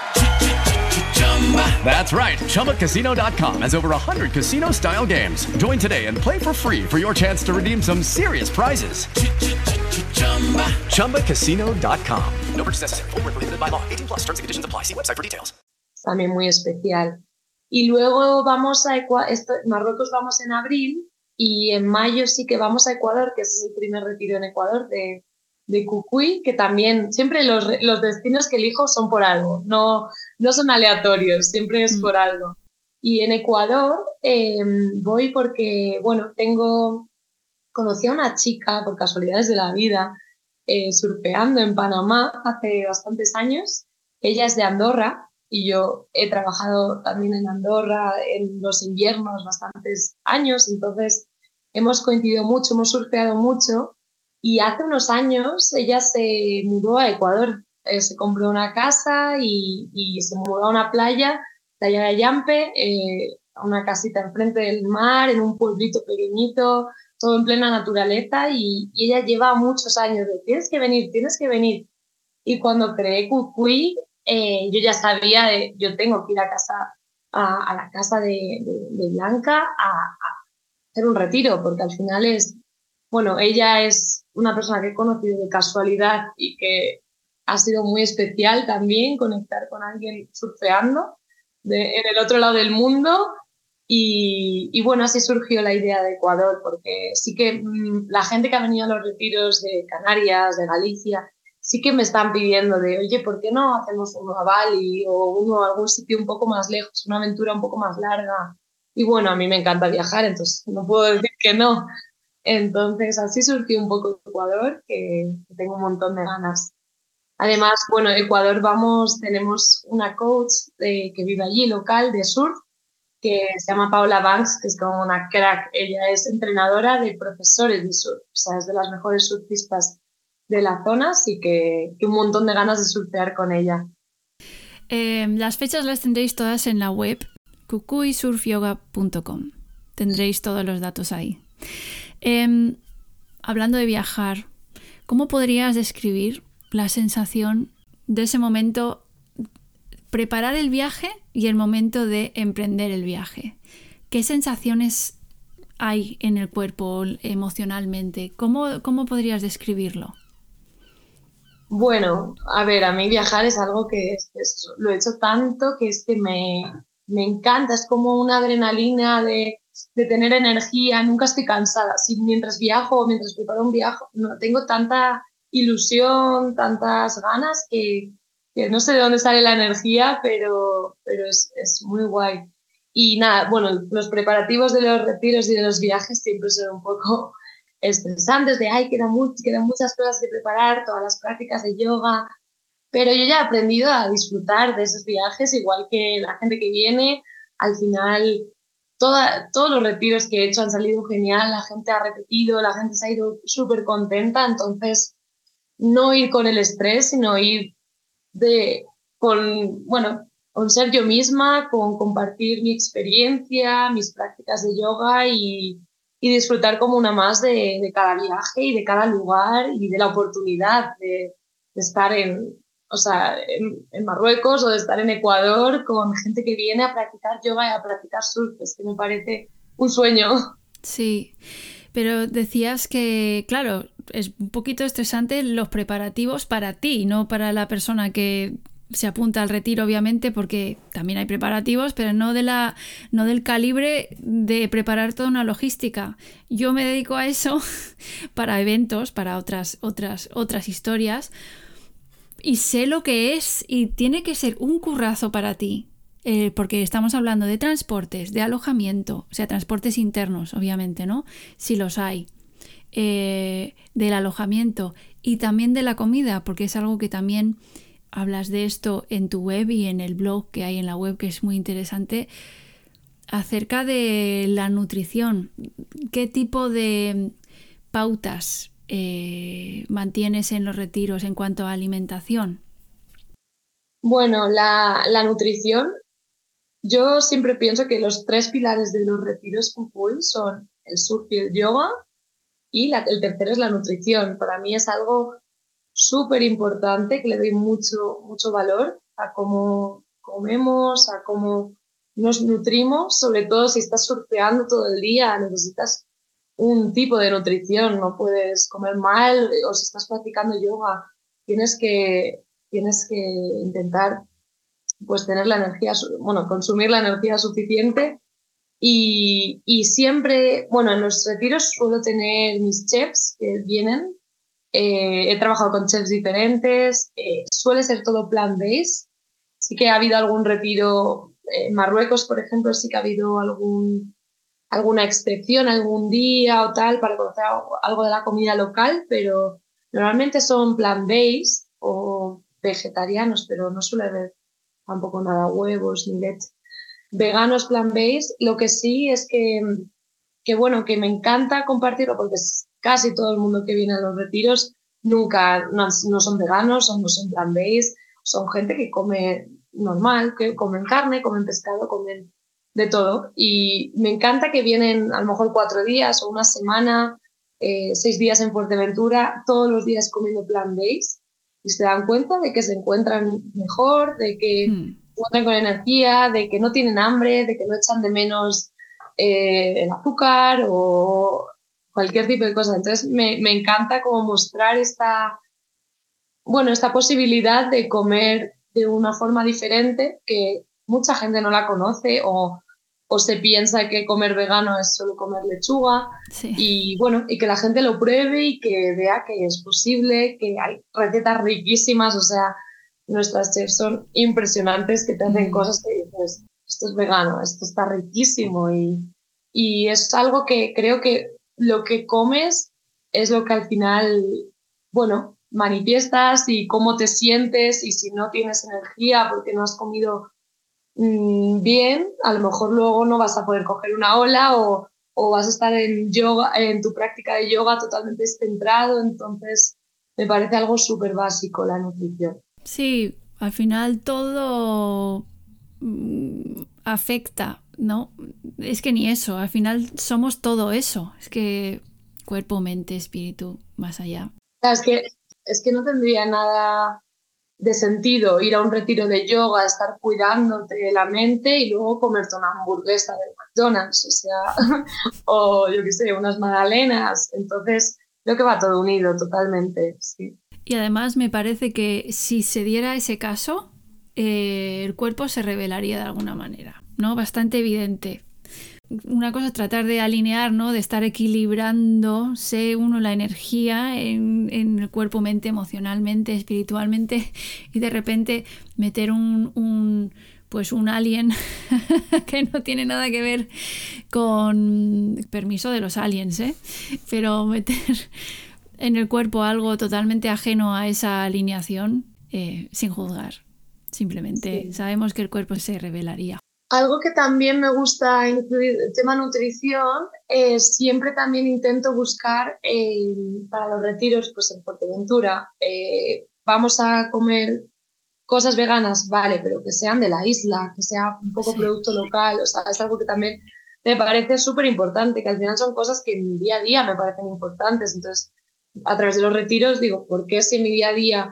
That's right. Chumba Casino dot com has over one hundred casino-style games. Join today and play for free for your chance to redeem some serious prizes. Chumba Casino dot com. No purchase necessary. Void where prohibited by law. eighteen plus. Terms and conditions apply. See website for details. También muy especial. Y luego vamos a Ecuador. Marruecos vamos en abril y en mayo sí que vamos a Ecuador, que es el primer retiro en Ecuador de, de Cucuy, que también siempre los, los destinos que elijo son por algo, no, no son aleatorios, siempre es por algo. Y en Ecuador eh, voy porque, bueno, tengo, conocí a una chica por casualidades de la vida eh, surfeando en Panamá hace bastantes años. Ella es de Andorra y yo he trabajado también en Andorra en los inviernos bastantes años, entonces hemos coincidido mucho, hemos surfeado mucho. Y hace unos años ella se mudó a Ecuador, eh, se compró una casa y, y se mudó a una playa, Playa de Yampe, eh, a una casita enfrente del mar, en un pueblito pequeñito, todo en plena naturaleza y, y ella lleva muchos años de tienes que venir, tienes que venir. Y cuando creé Cucuy, eh, yo ya sabía, de, yo tengo que ir a, casa, a, a la casa de, de, de Blanca a, a hacer un retiro, porque al final es... Bueno, ella es una persona que he conocido de casualidad y que ha sido muy especial también conectar con alguien surfeando de, en el otro lado del mundo y, y bueno, así surgió la idea de Ecuador porque sí que mmm, la gente que ha venido a los retiros de Canarias, de Galicia, sí que me están pidiendo de, oye, ¿por qué no hacemos uno a Bali o uno a algún sitio un poco más lejos, una aventura un poco más larga? Y bueno, a mí me encanta viajar, entonces no puedo decir que no. Entonces, así surgió un poco Ecuador, que tengo un montón de ganas. Además, bueno, Ecuador vamos, tenemos una coach de, que vive allí, local, de surf, que se llama Paola Banks, que es como una crack. Ella es entrenadora de profesores de surf, o sea, es de las mejores surfistas de la zona, así que, que un montón de ganas de surfear con ella. Eh, las fechas las tendréis todas en la web cucuy surf yoga punto com. Tendréis todos los datos ahí. Eh, hablando de viajar, ¿cómo podrías describir la sensación de ese momento, preparar el viaje y el momento de emprender el viaje? ¿Qué sensaciones hay en el cuerpo emocionalmente? ¿Cómo, cómo podrías describirlo? Bueno, a ver, a mí viajar es algo que es, es, lo he hecho tanto que es que me, me encanta, es como una adrenalina de... de tener energía, nunca estoy cansada. Si mientras viajo o mientras preparo un viaje, no, tengo tanta ilusión, tantas ganas que, que no sé de dónde sale la energía, pero, pero es, es muy guay. Y nada, bueno, los preparativos de los retiros y de los viajes siempre son un poco estresantes, de ay, quedan, much, quedan muchas cosas que preparar, todas las prácticas de yoga, pero yo ya he aprendido a disfrutar de esos viajes, igual que la gente que viene, al final... Toda, todos los retiros que he hecho han salido genial, la gente ha repetido, la gente se ha ido súper contenta, entonces no ir con el estrés, sino ir de, con, bueno, con ser yo misma, con compartir mi experiencia, mis prácticas de yoga y, y disfrutar como una más de, de cada viaje y de cada lugar y de la oportunidad de, de estar en, o sea, en, en Marruecos o de estar en Ecuador con gente que viene a practicar yoga y a practicar surf. Es que me parece un sueño. Sí, pero decías que, claro, es un poquito estresante los preparativos para ti, no para la persona que se apunta al retiro, obviamente, porque también hay preparativos, pero no de la, no del calibre de preparar toda una logística. Yo me dedico a eso para eventos, para otras, otras, otras historias, y sé lo que es, y tiene que ser un currazo para ti. Eh, porque estamos hablando de transportes, de alojamiento, o sea, transportes internos, obviamente, ¿no? Si los hay, eh, del alojamiento y también de la comida, porque es algo que también hablas de esto en tu web y en el blog que hay en la web, que es muy interesante, acerca de la nutrición. ¿Qué tipo de pautas eh, mantienes en los retiros en cuanto a alimentación? Bueno, la, la nutrición. Yo siempre pienso que los tres pilares de los retiros full son el surf y el yoga, y la, el tercero es la nutrición. Para mí es algo súper importante, que le doy mucho, mucho valor a cómo comemos, a cómo nos nutrimos, sobre todo si estás surfeando todo el día, necesitas un tipo de nutrición, no puedes comer mal, o si estás practicando yoga, tienes que, tienes que intentar pues tener la energía, bueno, consumir la energía suficiente y, y siempre, bueno, en los retiros suelo tener mis chefs que vienen, eh, he trabajado con chefs diferentes, eh, suele ser todo plant-based, sí que ha habido algún retiro, eh, en Marruecos, por ejemplo, sí que ha habido algún, alguna excepción algún día o tal para conocer algo de la comida local, pero normalmente son plant-based o vegetarianos, pero no suele haber tampoco nada, huevos ni leche. Veganos plant-based, lo que sí es que, que, bueno, que me encanta compartirlo porque casi todo el mundo que viene a los retiros nunca, no, no son veganos o no son plant-based, son gente que come normal, que comen carne, comen pescado, comen de todo. Y me encanta que vienen a lo mejor cuatro días o una semana, eh, seis días en Fuerteventura, todos los días comiendo plant-based, y se dan cuenta de que se encuentran mejor, de que hmm. se encuentran con energía, de que no tienen hambre, de que no echan de menos eh, el azúcar o cualquier tipo de cosa. Entonces me, me encanta como mostrar esta, bueno, esta posibilidad de comer de una forma diferente, que mucha gente no la conoce, o, o se piensa que comer vegano es solo comer lechuga. Sí. Y bueno, y que la gente lo pruebe y que vea que es posible, que hay recetas riquísimas, o sea, nuestras chefs son impresionantes, que te hacen mm. cosas que dices, esto es vegano, esto está riquísimo, y, y es algo que creo que lo que comes es lo que al final, bueno, manifiestas, y cómo te sientes, y si no tienes energía porque no has comido mmm, bien, a lo mejor luego no vas a poder coger una ola, o, o vas a estar en yoga, en tu práctica de yoga totalmente descentrado. Entonces me parece algo súper básico la nutrición. Sí, al final todo mmm, afecta, ¿no? Es que ni eso, al final somos todo eso, es que cuerpo, mente, espíritu, más allá. Es que, es que no tendría nada de sentido ir a un retiro de yoga, estar cuidándote la mente y luego comerte una hamburguesa de McDonald's, o sea, o yo qué sé, unas magdalenas. Entonces creo que va todo unido totalmente, sí. Y además me parece que si se diera ese caso, eh, el cuerpo se revelaría de alguna manera, ¿no? Bastante evidente. Una cosa es tratar de alinear, ¿no? De estar equilibrándose uno la energía en, en el cuerpo, mente, emocionalmente, espiritualmente, y de repente meter un, un pues un alien que no tiene nada que ver con permiso de los aliens, ¿eh? Pero meter en el cuerpo algo totalmente ajeno a esa alineación, eh, sin juzgar. Simplemente sí. Sabemos que el cuerpo se revelaría. Algo que también me gusta incluir, el tema nutrición, eh, siempre también intento buscar eh, para los retiros, pues en Fuerteventura, eh, vamos a comer cosas veganas, vale, pero que sean de la isla, que sea un poco sí. producto local, o sea, es algo que también me parece súper importante, que al final son cosas que en mi día a día me parecen importantes. Entonces, a través de los retiros digo, ¿por qué si en mi día a día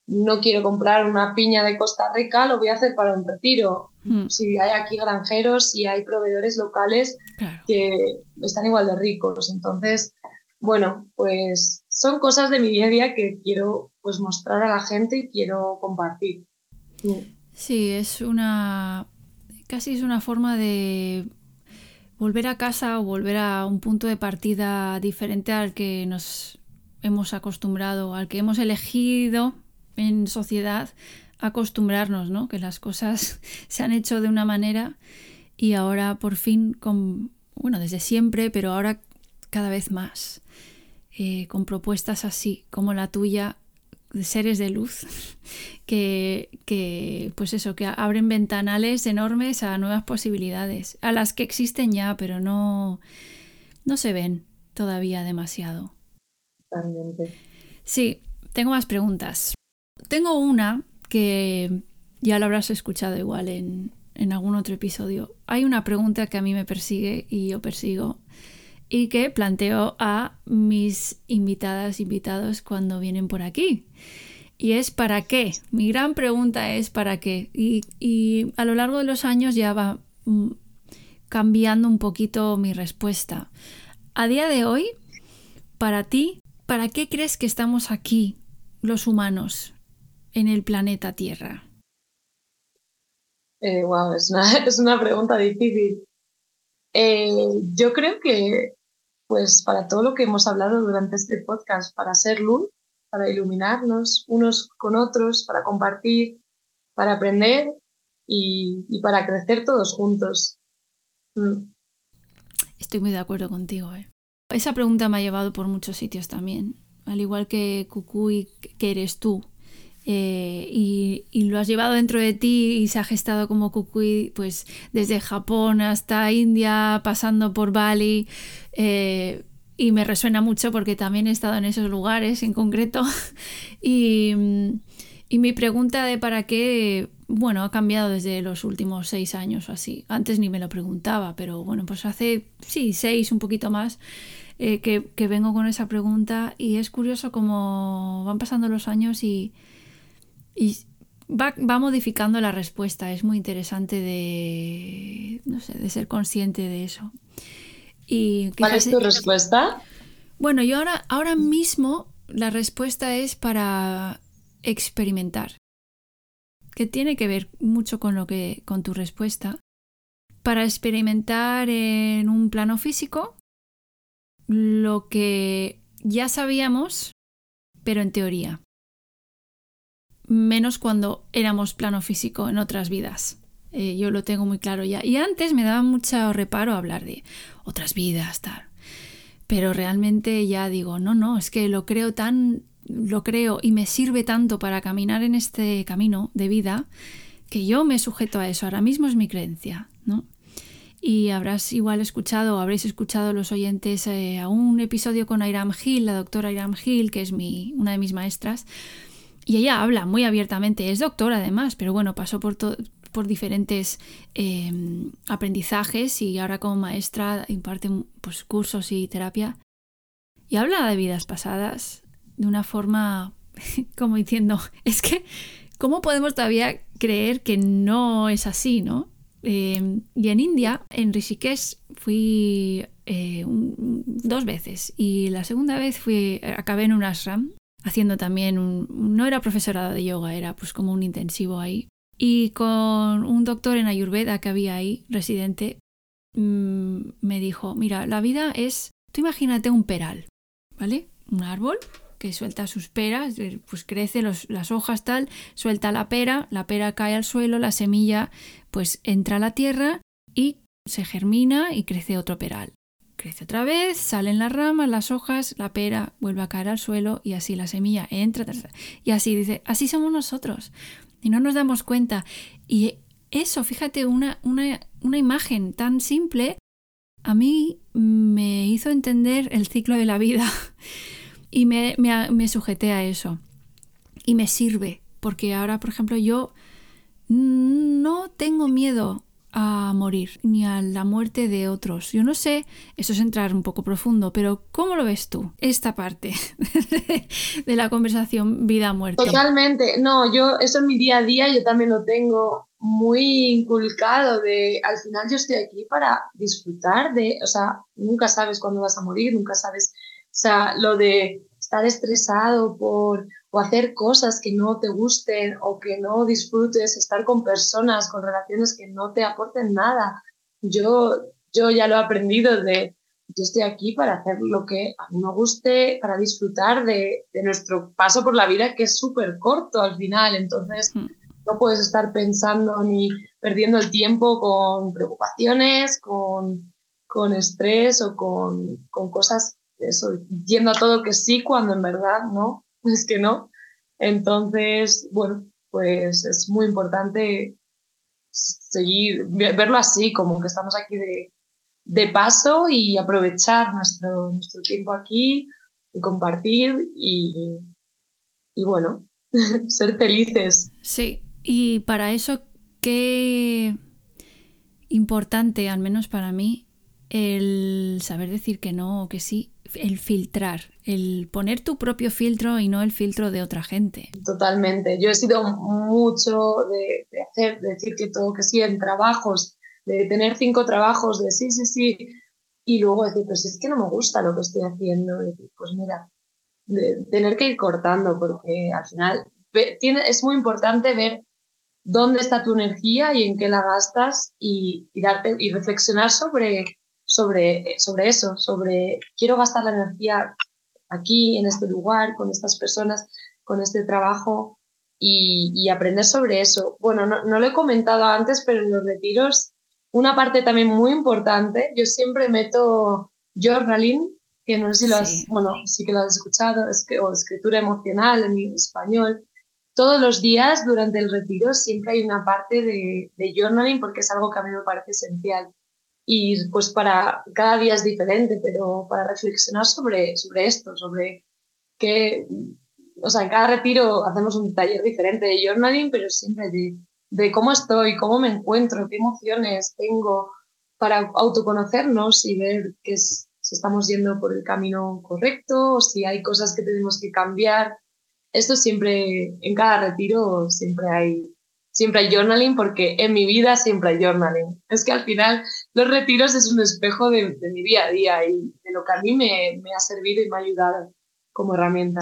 no quiero comprar una piña de Costa Rica, lo voy a hacer para un retiro. Mm. Si hay aquí granjeros, si hay proveedores locales Claro. que están igual de ricos. Entonces, bueno, pues son cosas de mi día a día que quiero pues mostrar a la gente y quiero compartir. Mm. Sí, es una... casi es una forma de volver a casa o volver a un punto de partida diferente al que nos hemos acostumbrado, al que hemos elegido en sociedad acostumbrarnos, ¿no? Que las cosas se han hecho de una manera y ahora por fin, con, bueno, desde siempre, pero ahora cada vez más, eh, con propuestas así como la tuya, de seres de luz, que, que, pues eso, que abren ventanales enormes a nuevas posibilidades, a las que existen ya, pero no, no se ven todavía demasiado. Totalmente. Sí, tengo más preguntas. Tengo una que ya lo habrás escuchado igual en, en algún otro episodio. Hay una pregunta que a mí me persigue y yo persigo y que planteo a mis invitadas, invitados cuando vienen por aquí. Y es ¿para qué? Mi gran pregunta es ¿para qué? Y, y a lo largo de los años ya va mm, cambiando un poquito mi respuesta. A día de hoy, para ti, ¿para qué crees que estamos aquí, los humanos, en el planeta Tierra? Eh, wow, es una, es una pregunta difícil. Eh, yo creo que, pues, para todo lo que hemos hablado durante este podcast, para ser luz, para iluminarnos unos con otros, para compartir, para aprender y, y para crecer todos juntos. Mm. Estoy muy de acuerdo contigo, ¿eh? Esa pregunta me ha llevado por muchos sitios también, al igual que Cucuy, que eres tú. Eh, y, y lo has llevado dentro de ti y se ha gestado como Cucuy, pues desde Japón hasta India, pasando por Bali, eh, y me resuena mucho porque también he estado en esos lugares en concreto. y, y mi pregunta de para qué, bueno, ha cambiado desde los últimos seis años o así. Antes ni me lo preguntaba, pero bueno, pues hace, sí, seis, un poquito más, eh, que, que vengo con esa pregunta y es curioso cómo van pasando los años y Y va, va modificando la respuesta. Es muy interesante de, no sé, de ser consciente de eso. Y ¿Cuál es tu respuesta? Bueno, yo ahora, ahora mismo la respuesta es para experimentar, que tiene que ver mucho con lo que, con tu respuesta. Para experimentar en un plano físico lo que ya sabíamos, pero en teoría. Menos cuando éramos plano físico en otras vidas. Eh, yo lo tengo muy claro ya. Y antes me daba mucho reparo hablar de otras vidas, tal. Pero realmente ya digo, no, no, es que lo creo tan, lo creo y me sirve tanto para caminar en este camino de vida que yo me sujeto a eso. Ahora mismo es mi creencia, ¿no? Y habrás igual escuchado o habréis escuchado los oyentes eh, a un episodio con Airam Hill, la doctora Airam Hill, que es mi, una de mis maestras. Y ella habla muy abiertamente, es doctora además, pero bueno, pasó por, to- por diferentes eh, aprendizajes y ahora como maestra imparte pues, cursos y terapia. Y habla de vidas pasadas de una forma como diciendo, es que, ¿cómo podemos todavía creer que no es así, no? Eh, y en India, en Rishikesh, fui eh, un, dos veces y la segunda vez fui, acabé en un ashram. Haciendo también un... No era profesorado de yoga, era pues como un intensivo ahí. Y con un doctor en Ayurveda que había ahí, residente, mmm, me dijo, mira, la vida es... Tú imagínate un peral, ¿vale? Un árbol que suelta sus peras, pues crece los, las hojas tal, suelta la pera, la pera cae al suelo, la semilla pues entra a la tierra y se germina y crece otro peral. Crece otra vez, salen las ramas, las hojas, la pera vuelve a caer al suelo y así la semilla entra. Y así dice, así somos nosotros. Y no nos damos cuenta. Y eso, fíjate, una, una, una imagen tan simple a mí me hizo entender el ciclo de la vida. Y me, me, me sujeté a eso. Y me sirve. Porque ahora, por ejemplo, yo no tengo miedo a morir, ni a la muerte de otros. Yo no sé, eso es entrar un poco profundo, pero ¿cómo lo ves tú, esta parte de la conversación vida-muerte? Totalmente. No, yo eso en mi día a día yo también lo tengo muy inculcado de, al final yo estoy aquí para disfrutar de, o sea, nunca sabes cuándo vas a morir, nunca sabes, o sea, lo de estar estresado por o hacer cosas que no te gusten o que no disfrutes, estar con personas, con relaciones que no te aporten nada. Yo, yo ya lo he aprendido de, yo estoy aquí para hacer lo que a mí me guste, para disfrutar de, de nuestro paso por la vida, que es súper corto al final. Entonces, mm. no puedes estar pensando ni perdiendo el tiempo con preocupaciones, con, con estrés o con, con cosas, eso, yendo a todo que sí cuando en verdad no. Es que no. Entonces, bueno, pues es muy importante seguir, verlo así, como que estamos aquí de, de paso y aprovechar nuestro, nuestro tiempo aquí y compartir y, y bueno, ser felices. Sí, y para eso, qué importante, al menos para mí, el saber decir que no o que sí, el filtrar, el poner tu propio filtro y no el filtro de otra gente. Totalmente. Yo he sido mucho de, de hacer, de decir que todo que sí en trabajos, de tener cinco trabajos, de sí, sí, sí, y luego decir, pues es que no me gusta lo que estoy haciendo. Y decir, pues mira, de tener que ir cortando, porque al final ve, tiene, es muy importante ver dónde está tu energía y en qué la gastas y, y, darte, y reflexionar sobre... Sobre, sobre eso, sobre quiero gastar la energía aquí, en este lugar, con estas personas, con este trabajo y, y aprender sobre eso. Bueno, no, no lo he comentado antes, pero en los retiros, una parte también muy importante, yo siempre meto journaling, que no sé si lo has, sí. bueno, sí que lo has escuchado, es que, o escritura emocional en español. Todos los días durante el retiro siempre hay una parte de, de journaling porque es algo que a mí me parece esencial. Y pues para cada día es diferente, pero para reflexionar sobre, sobre esto, sobre qué, o sea, en cada retiro hacemos un taller diferente de journaling, pero siempre de, de cómo estoy, cómo me encuentro, qué emociones tengo, para autoconocernos y ver que es, si estamos yendo por el camino correcto o si hay cosas que tenemos que cambiar. Esto siempre, en cada retiro siempre hay Siempre hay journaling porque en mi vida siempre hay journaling. Es que al final los retiros es un espejo de, de mi día a día y de lo que a mí me, me ha servido y me ha ayudado como herramienta.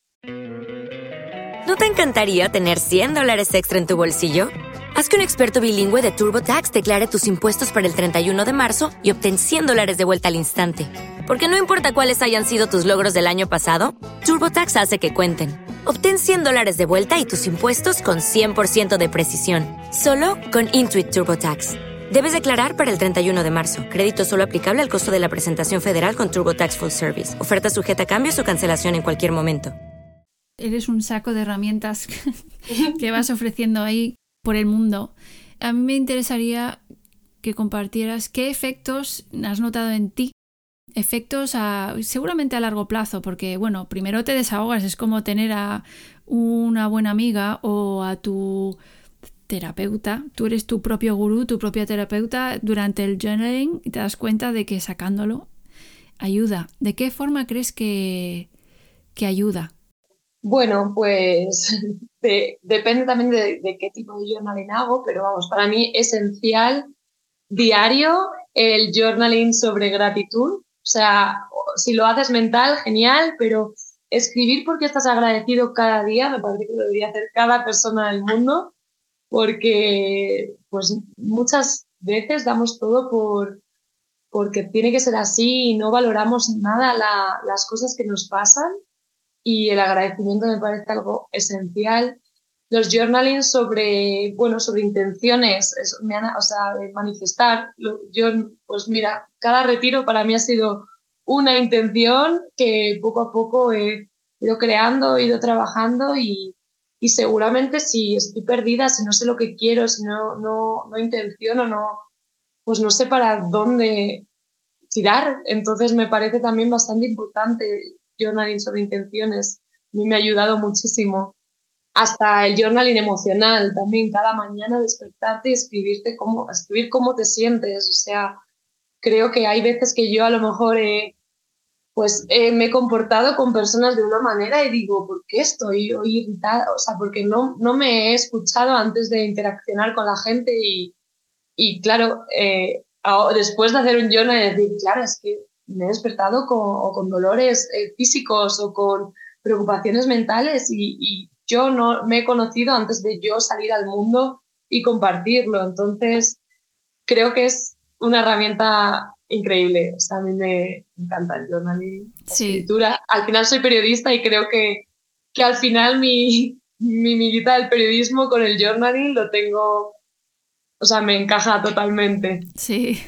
¿No te encantaría tener cien dólares extra en tu bolsillo? Haz que un experto bilingüe de TurboTax declare tus impuestos para el treinta y uno de marzo y obtén cien dólares de vuelta al instante. Porque no importa cuáles hayan sido tus logros del año pasado, TurboTax hace que cuenten. Obtén cien dólares de vuelta y tus impuestos con cien por ciento de precisión. Solo con Intuit TurboTax. Debes declarar para el treinta y uno de marzo. Crédito solo aplicable al costo de la presentación federal con TurboTax Full Service. Oferta sujeta a cambios o cancelación en cualquier momento. Eres un saco de herramientas que vas ofreciendo ahí por el mundo. A mí me interesaría que compartieras qué efectos has notado en ti. Efectos a, seguramente a largo plazo, porque bueno, primero te desahogas, es como tener a una buena amiga o a tu terapeuta. Tú eres tu propio gurú, tu propia terapeuta durante el journaling y te das cuenta de que sacándolo ayuda. ¿De qué forma crees que, que ayuda? Bueno, pues de, depende también de, de qué tipo de journaling hago, pero vamos, para mí esencial diario el journaling sobre gratitud. O sea, si lo haces mental, genial, pero escribir porque estás agradecido cada día, me parece que lo debería hacer cada persona del mundo, porque pues muchas veces damos todo por porque tiene que ser así y no valoramos nada la, las cosas que nos pasan y el agradecimiento me parece algo esencial. Los journaling sobre, bueno, sobre intenciones, eso, me han, o sea, de manifestar. Yo, pues mira, cada retiro para mí ha sido una intención que poco a poco he ido creando, he ido trabajando y, y seguramente si estoy perdida, si no sé lo que quiero, si no, no, no intenciono, no, pues no sé para dónde tirar. Entonces me parece también bastante importante journaling sobre intenciones. A mí me ha ayudado muchísimo hasta el journaling emocional también, cada mañana despertarte y escribirte cómo, escribir cómo te sientes. O sea, creo que hay veces que yo a lo mejor he, pues, eh, me he comportado con personas de una manera y digo, ¿por qué estoy hoy irritada? O sea, porque no, no me he escuchado antes de interaccionar con la gente y, y claro, eh, después de hacer un journal y decir, claro, es que me he despertado con, o con dolores eh, físicos o con preocupaciones mentales y, y yo no me he conocido antes de yo salir al mundo y compartirlo. Entonces, creo que es una herramienta increíble. O sea, a mí me encanta el journaling, la Sí. escritura. Al final soy periodista y creo que, que al final mi, mi miguita del periodismo con el journaling lo tengo, o sea, me encaja totalmente. Sí,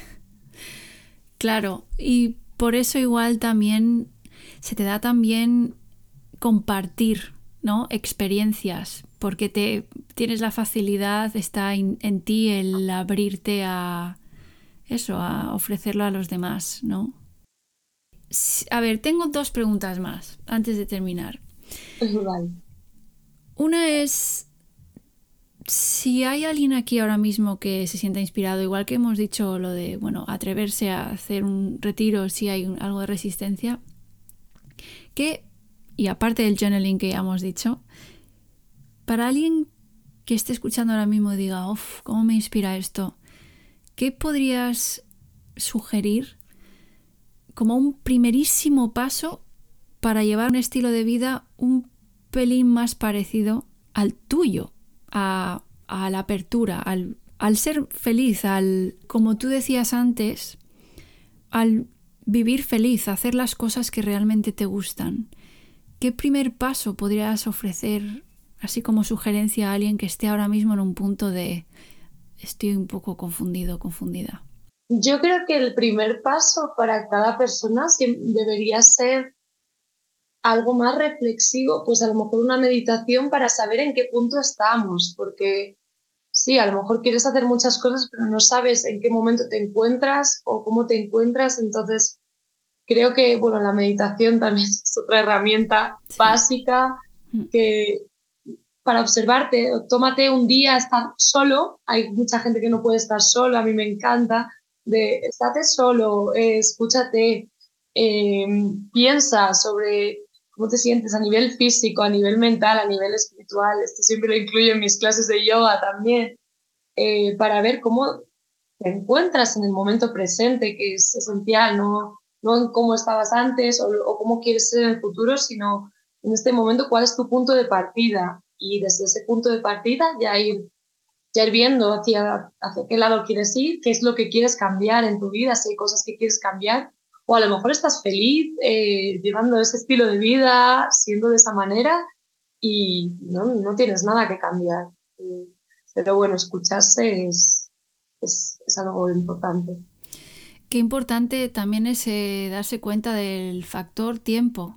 claro. Y por eso igual también se te da también compartir, ¿no? Experiencias, porque te tienes la facilidad, está en, en ti el abrirte a eso, a ofrecerlo a los demás, ¿no? A ver, tengo dos preguntas más antes de terminar. Vale. Una es, si hay alguien aquí ahora mismo que se sienta inspirado, igual que hemos dicho lo de, bueno, atreverse a hacer un retiro si hay un, algo de resistencia, que, y aparte del journaling que ya hemos dicho, para alguien que esté escuchando ahora mismo y diga, uff, ¿cómo me inspira esto? ¿Qué podrías sugerir como un primerísimo paso para llevar un estilo de vida un pelín más parecido al tuyo, a, a la apertura, al, al ser feliz, al, como tú decías antes, al vivir feliz, hacer las cosas que realmente te gustan? ¿Qué primer paso podrías ofrecer, así como sugerencia a alguien que esté ahora mismo en un punto de estoy un poco confundido, confundida? Yo creo que el primer paso para cada persona debería ser algo más reflexivo, pues a lo mejor una meditación para saber en qué punto estamos, porque sí, a lo mejor quieres hacer muchas cosas, pero no sabes en qué momento te encuentras o cómo te encuentras. Entonces, creo que, bueno, la meditación también es otra herramienta sí. básica que para observarte, tómate un día a estar solo. Hay mucha gente que no puede estar solo, a mí me encanta, de estate solo, eh, escúchate, eh, piensa sobre cómo te sientes a nivel físico, a nivel mental, a nivel espiritual. Esto siempre lo incluyo en mis clases de yoga también, eh, para ver cómo te encuentras en el momento presente, que es esencial, no, no en cómo estabas antes o, o cómo quieres ser en el futuro, sino en este momento cuál es tu punto de partida. Y desde ese punto de partida ya ir, ya ir viendo hacia, hacia qué lado quieres ir, qué es lo que quieres cambiar en tu vida, si hay cosas que quieres cambiar, o a lo mejor estás feliz eh, llevando ese estilo de vida, siendo de esa manera y no, no tienes nada que cambiar. Pero bueno, escucharse es, es, es algo importante. Qué importante también es eh, darse cuenta del factor tiempo,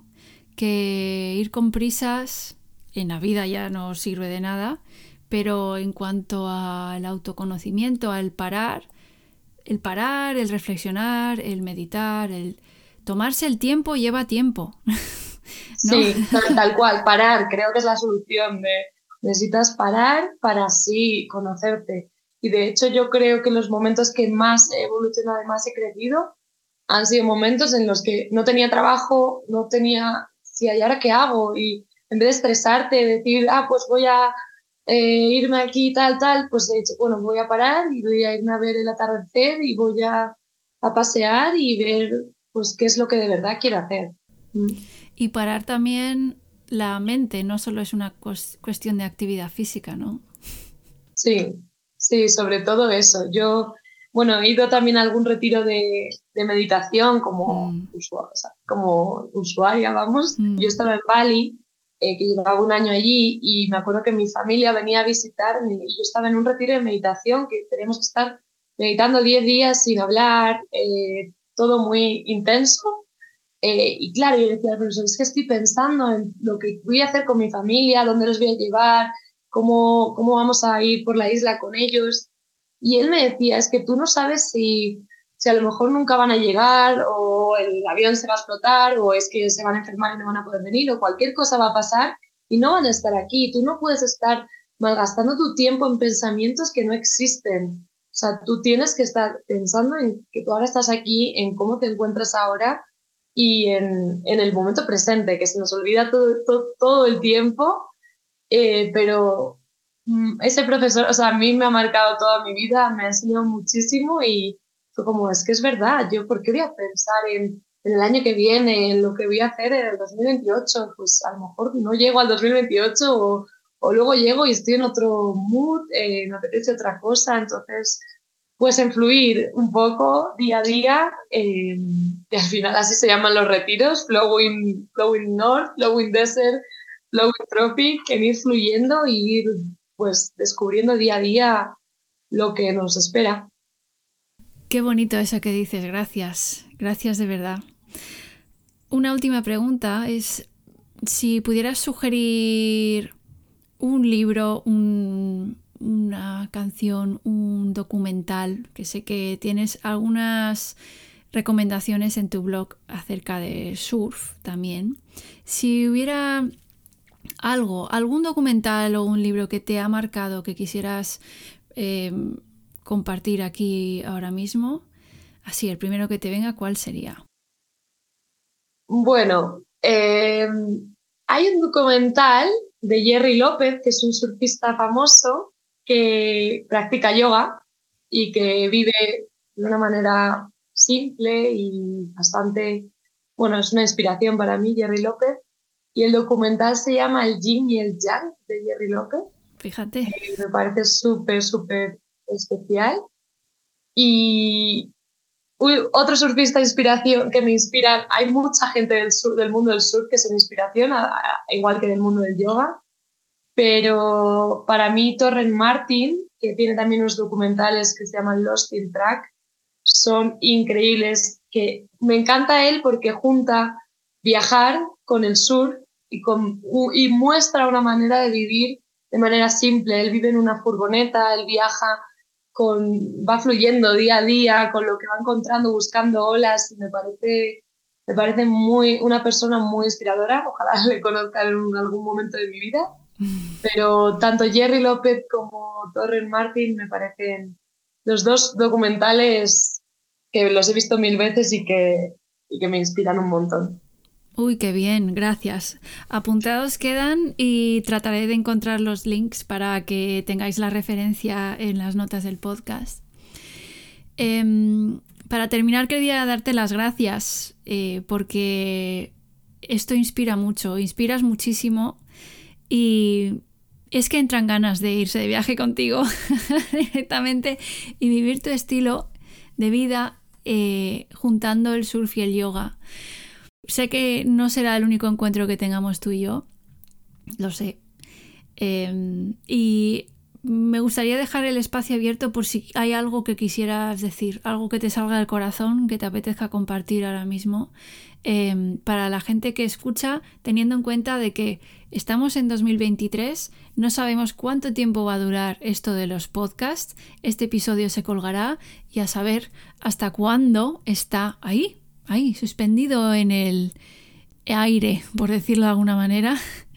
que ir con prisas en la vida ya no sirve de nada, pero en cuanto al autoconocimiento, al parar, el parar, el reflexionar, el meditar, el tomarse el tiempo lleva tiempo. ¿No? Sí, tal, tal cual, parar, creo que es la solución. De, necesitas parar para así conocerte. Y de hecho yo creo que los momentos que más he evolucionado y más he crecido han sido momentos en los que no tenía trabajo, no tenía, sí, ¿y ahora qué hago? Y en vez de estresarte, decir, ah, pues voy a eh, irme aquí, tal, tal, pues he dicho, bueno, voy a parar y voy a irme a ver el atardecer y voy a, a pasear y ver pues qué es lo que de verdad quiero hacer. Mm. Y parar también la mente, no solo es una cuestión de actividad física, ¿no? Sí, sí, sobre todo eso. Yo, bueno, he ido también a algún retiro de, de meditación como, mm. usuaria, o sea, como usuaria, vamos. Mm. Yo estaba en Bali, eh, que llevaba un año allí, y me acuerdo que mi familia venía a visitarme y yo estaba en un retiro de meditación que teníamos que estar meditando diez días sin hablar, eh, todo muy intenso. Eh, y claro, yo decía al profesor, es que estoy pensando en lo que voy a hacer con mi familia, dónde los voy a llevar, cómo, cómo vamos a ir por la isla con ellos. Y él me decía, es que tú no sabes si, si a lo mejor nunca van a llegar, o el avión se va a explotar, o es que se van a enfermar y no van a poder venir, o cualquier cosa va a pasar, y no van a estar aquí. Tú no puedes estar malgastando tu tiempo en pensamientos que no existen. O sea, tú tienes que estar pensando en que tú ahora estás aquí, en cómo te encuentras ahora y en, en el momento presente, que se nos olvida todo, todo, todo el tiempo, eh, pero mm, ese profesor, o sea, a mí me ha marcado toda mi vida, me ha enseñado muchísimo y fue como, es que es verdad, yo ¿por qué voy a pensar en, en el año que viene, en lo que voy a hacer en el dos mil veintiocho? Pues a lo mejor no llego al dos mil veintiocho o, o luego llego y estoy en otro mood, eh, me apetece otra cosa, entonces pues en fluir un poco día a día, eh, y al final así se llaman los retiros, Flowing, flowing North, Flowing Desert, Flowing Tropic, en ir fluyendo y ir pues descubriendo día a día lo que nos espera. Qué bonito eso que dices, gracias, gracias de verdad. Una última pregunta es si pudieras sugerir un libro, un, una canción, un documental, que sé que tienes algunas recomendaciones en tu blog acerca de surf también. Si hubiera algo, algún documental o un libro que te ha marcado, que quisieras eh, compartir aquí ahora mismo, así, el primero que te venga, ¿cuál sería? Bueno, eh, hay un documental de Jerry López, que es un surfista famoso que practica yoga y que vive de una manera simple y bastante, bueno, es una inspiración para mí, Jerry López. Y el documental se llama El Yin y el Yang, de Jerry López. Fíjate. Eh, me parece súper, súper especial. Y uy, otro surfista de inspiración que me inspira, hay mucha gente del, sur, del mundo del surf que es una inspiración, a, a, igual que del mundo del yoga, pero para mí Torren Martin, que tiene también unos documentales que se llaman Lost in Track, son increíbles, que me encanta él porque junta viajar con el surf y, con, y muestra una manera de vivir de manera simple. Él vive en una furgoneta, él viaja, con, va fluyendo día a día con lo que va encontrando, buscando olas, y me parece, me parece muy, una persona muy inspiradora. Ojalá le conozca en algún momento de mi vida, pero tanto Jerry López como Torren Martin me parecen los dos documentales que los he visto mil veces y que, y que me inspiran un montón. Uy, qué bien, gracias. Apuntados quedan y trataré de encontrar los links para que tengáis la referencia en las notas del podcast. Eh, para terminar, quería darte las gracias eh, porque esto inspira mucho, inspiras muchísimo y es que entran ganas de irse de viaje contigo directamente y vivir tu estilo de vida eh, juntando el surf y el yoga. Sé que no será el único encuentro que tengamos tú y yo, lo sé. Eh, y me gustaría dejar el espacio abierto por si hay algo que quisieras decir, algo que te salga del corazón, que te apetezca compartir ahora mismo, eh, para la gente que escucha, teniendo en cuenta de que estamos en dos mil veintitrés, no sabemos cuánto tiempo va a durar esto de los podcasts, este episodio se colgará y a saber hasta cuándo está ahí. Ahí, suspendido en el aire, por decirlo de alguna manera.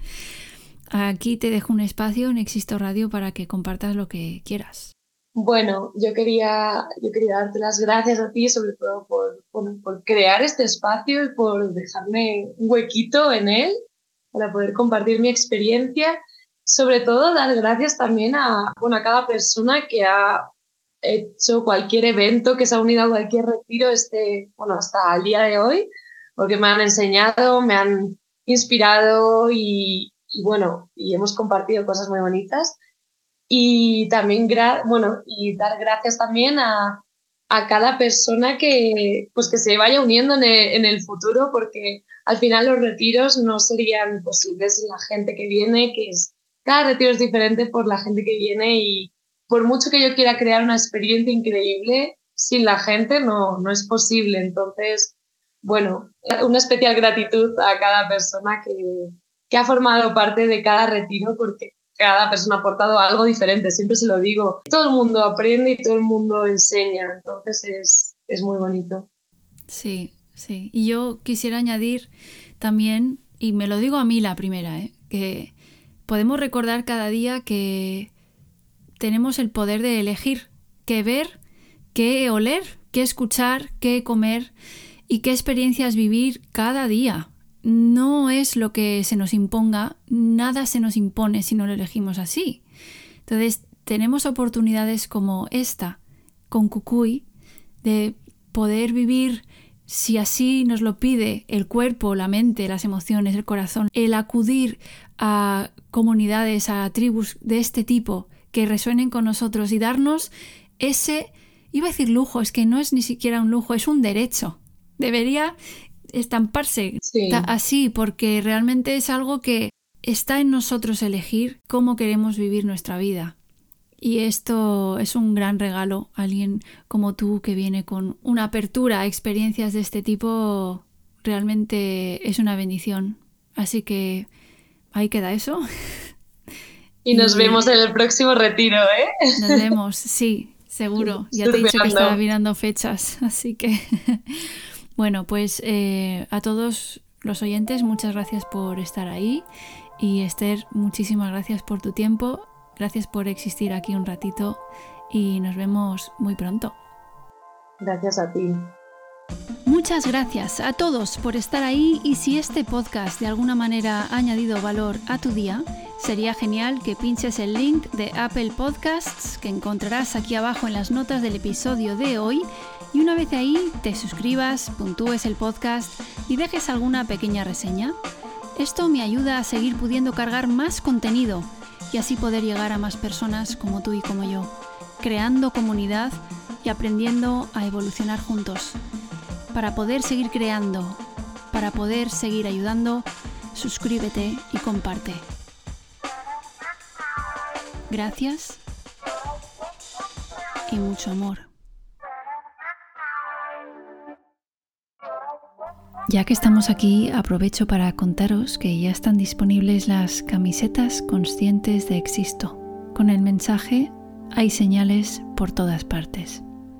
Aquí te dejo un espacio en Existo Radio para que compartas lo que quieras. Bueno, yo quería, yo quería darte las gracias a ti, sobre todo por, por, por crear este espacio y por dejarme un huequito en él para poder compartir mi experiencia. Sobre todo, dar gracias también a, bueno, a cada persona que ha hecho cualquier evento, que se ha unido a cualquier retiro este, bueno, hasta el día de hoy, porque me han enseñado, me han inspirado y, y bueno, y hemos compartido cosas muy bonitas. Y también, gra- bueno, y dar gracias también a, a cada persona que, pues que se vaya uniendo en el, en el futuro, porque al final los retiros no serían posibles sin la gente que viene, que es, cada retiro es diferente por la gente que viene y por mucho que yo quiera crear una experiencia increíble, sin la gente no, no es posible. Entonces, bueno, una especial gratitud a cada persona que, que ha formado parte de cada retiro, porque cada persona ha aportado algo diferente, siempre se lo digo. Todo el mundo aprende y todo el mundo enseña, entonces es, es muy bonito. Sí, sí. Y yo quisiera añadir también, y me lo digo a mí la primera, ¿eh? que podemos recordar cada día que tenemos el poder de elegir qué ver, qué oler, qué escuchar, qué comer y qué experiencias vivir cada día. No es lo que se nos imponga, nada se nos impone si no lo elegimos así. Entonces, tenemos oportunidades como esta, con Kukui, de poder vivir, si así nos lo pide el cuerpo, la mente, las emociones, el corazón, el acudir a comunidades, a tribus de este tipo que resuenen con nosotros y darnos ese, iba a decir lujo, es que no es ni siquiera un lujo, es un derecho. Debería estamparse sí. así, porque realmente es algo que está en nosotros elegir cómo queremos vivir nuestra vida. Y esto es un gran regalo. Alguien como tú que viene con una apertura a experiencias de este tipo realmente es una bendición. Así que ahí queda eso. Y nos y... vemos en el próximo retiro, ¿eh? Nos vemos, sí, seguro. Ya te he dicho que estaba mirando fechas, así que... Bueno, pues eh, a todos los oyentes, muchas gracias por estar ahí. Y Esther, muchísimas gracias por tu tiempo. Gracias por existir aquí un ratito y nos vemos muy pronto. Gracias a ti. Muchas gracias a todos por estar ahí y si este podcast de alguna manera ha añadido valor a tu día, sería genial que pinches el link de Apple Podcasts que encontrarás aquí abajo en las notas del episodio de hoy y una vez ahí te suscribas, puntúes el podcast y dejes alguna pequeña reseña. Esto me ayuda a seguir pudiendo cargar más contenido y así poder llegar a más personas como tú y como yo, creando comunidad y aprendiendo a evolucionar juntos. Para poder seguir creando, para poder seguir ayudando, suscríbete y comparte. Gracias y mucho amor. Ya que estamos aquí, aprovecho para contaros que ya están disponibles las camisetas conscientes de Existo, con el mensaje "Hay señales por todas partes".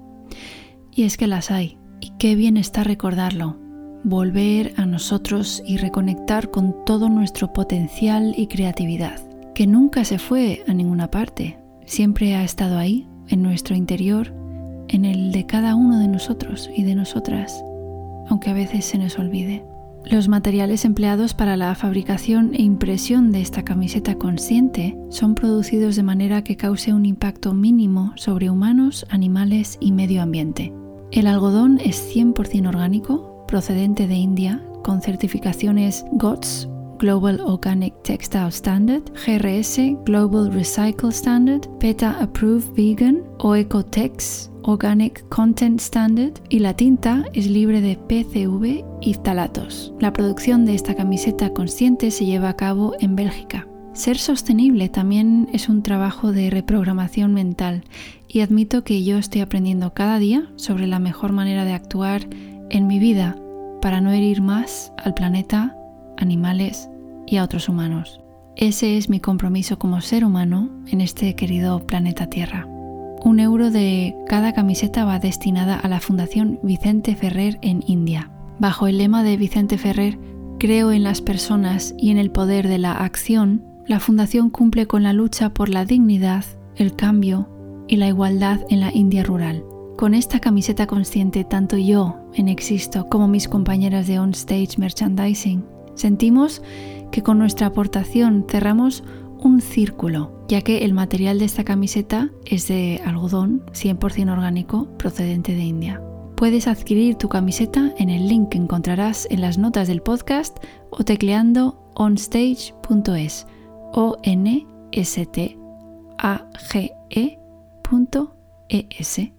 Y es que las hay, y qué bien está recordarlo, volver a nosotros y reconectar con todo nuestro potencial y creatividad, que nunca se fue a ninguna parte, siempre ha estado ahí, en nuestro interior, en el de cada uno de nosotros y de nosotras, aunque a veces se nos olvide. Los materiales empleados para la fabricación e impresión de esta camiseta consciente son producidos de manera que cause un impacto mínimo sobre humanos, animales y medio ambiente. El algodón es cien por ciento orgánico, procedente de India, con certificaciones G O T S, Global Organic Textile Standard, G R S, Global Recycle Standard, PETA Approved Vegan o Ecotex, Organic Content Standard, y la tinta es libre de P C V y ftalatos. La producción de esta camiseta consciente se lleva a cabo en Bélgica. Ser sostenible también es un trabajo de reprogramación mental y admito que yo estoy aprendiendo cada día sobre la mejor manera de actuar en mi vida para no herir más al planeta, animales y a otros humanos. Ese es mi compromiso como ser humano en este querido planeta Tierra. Un euro de cada camiseta va destinada a la Fundación Vicente Ferrer en India. Bajo el lema de Vicente Ferrer, "Creo en las personas y en el poder de la acción", la Fundación cumple con la lucha por la dignidad, el cambio y la igualdad en la India rural. Con esta camiseta consciente, tanto yo en Existo como mis compañeras de On Stage Merchandising, sentimos que con nuestra aportación cerramos un círculo, ya que el material de esta camiseta es de algodón cien por ciento orgánico procedente de India. Puedes adquirir tu camiseta en el link que encontrarás en las notas del podcast o tecleando onstage punto es, o n s t a g e punto e s.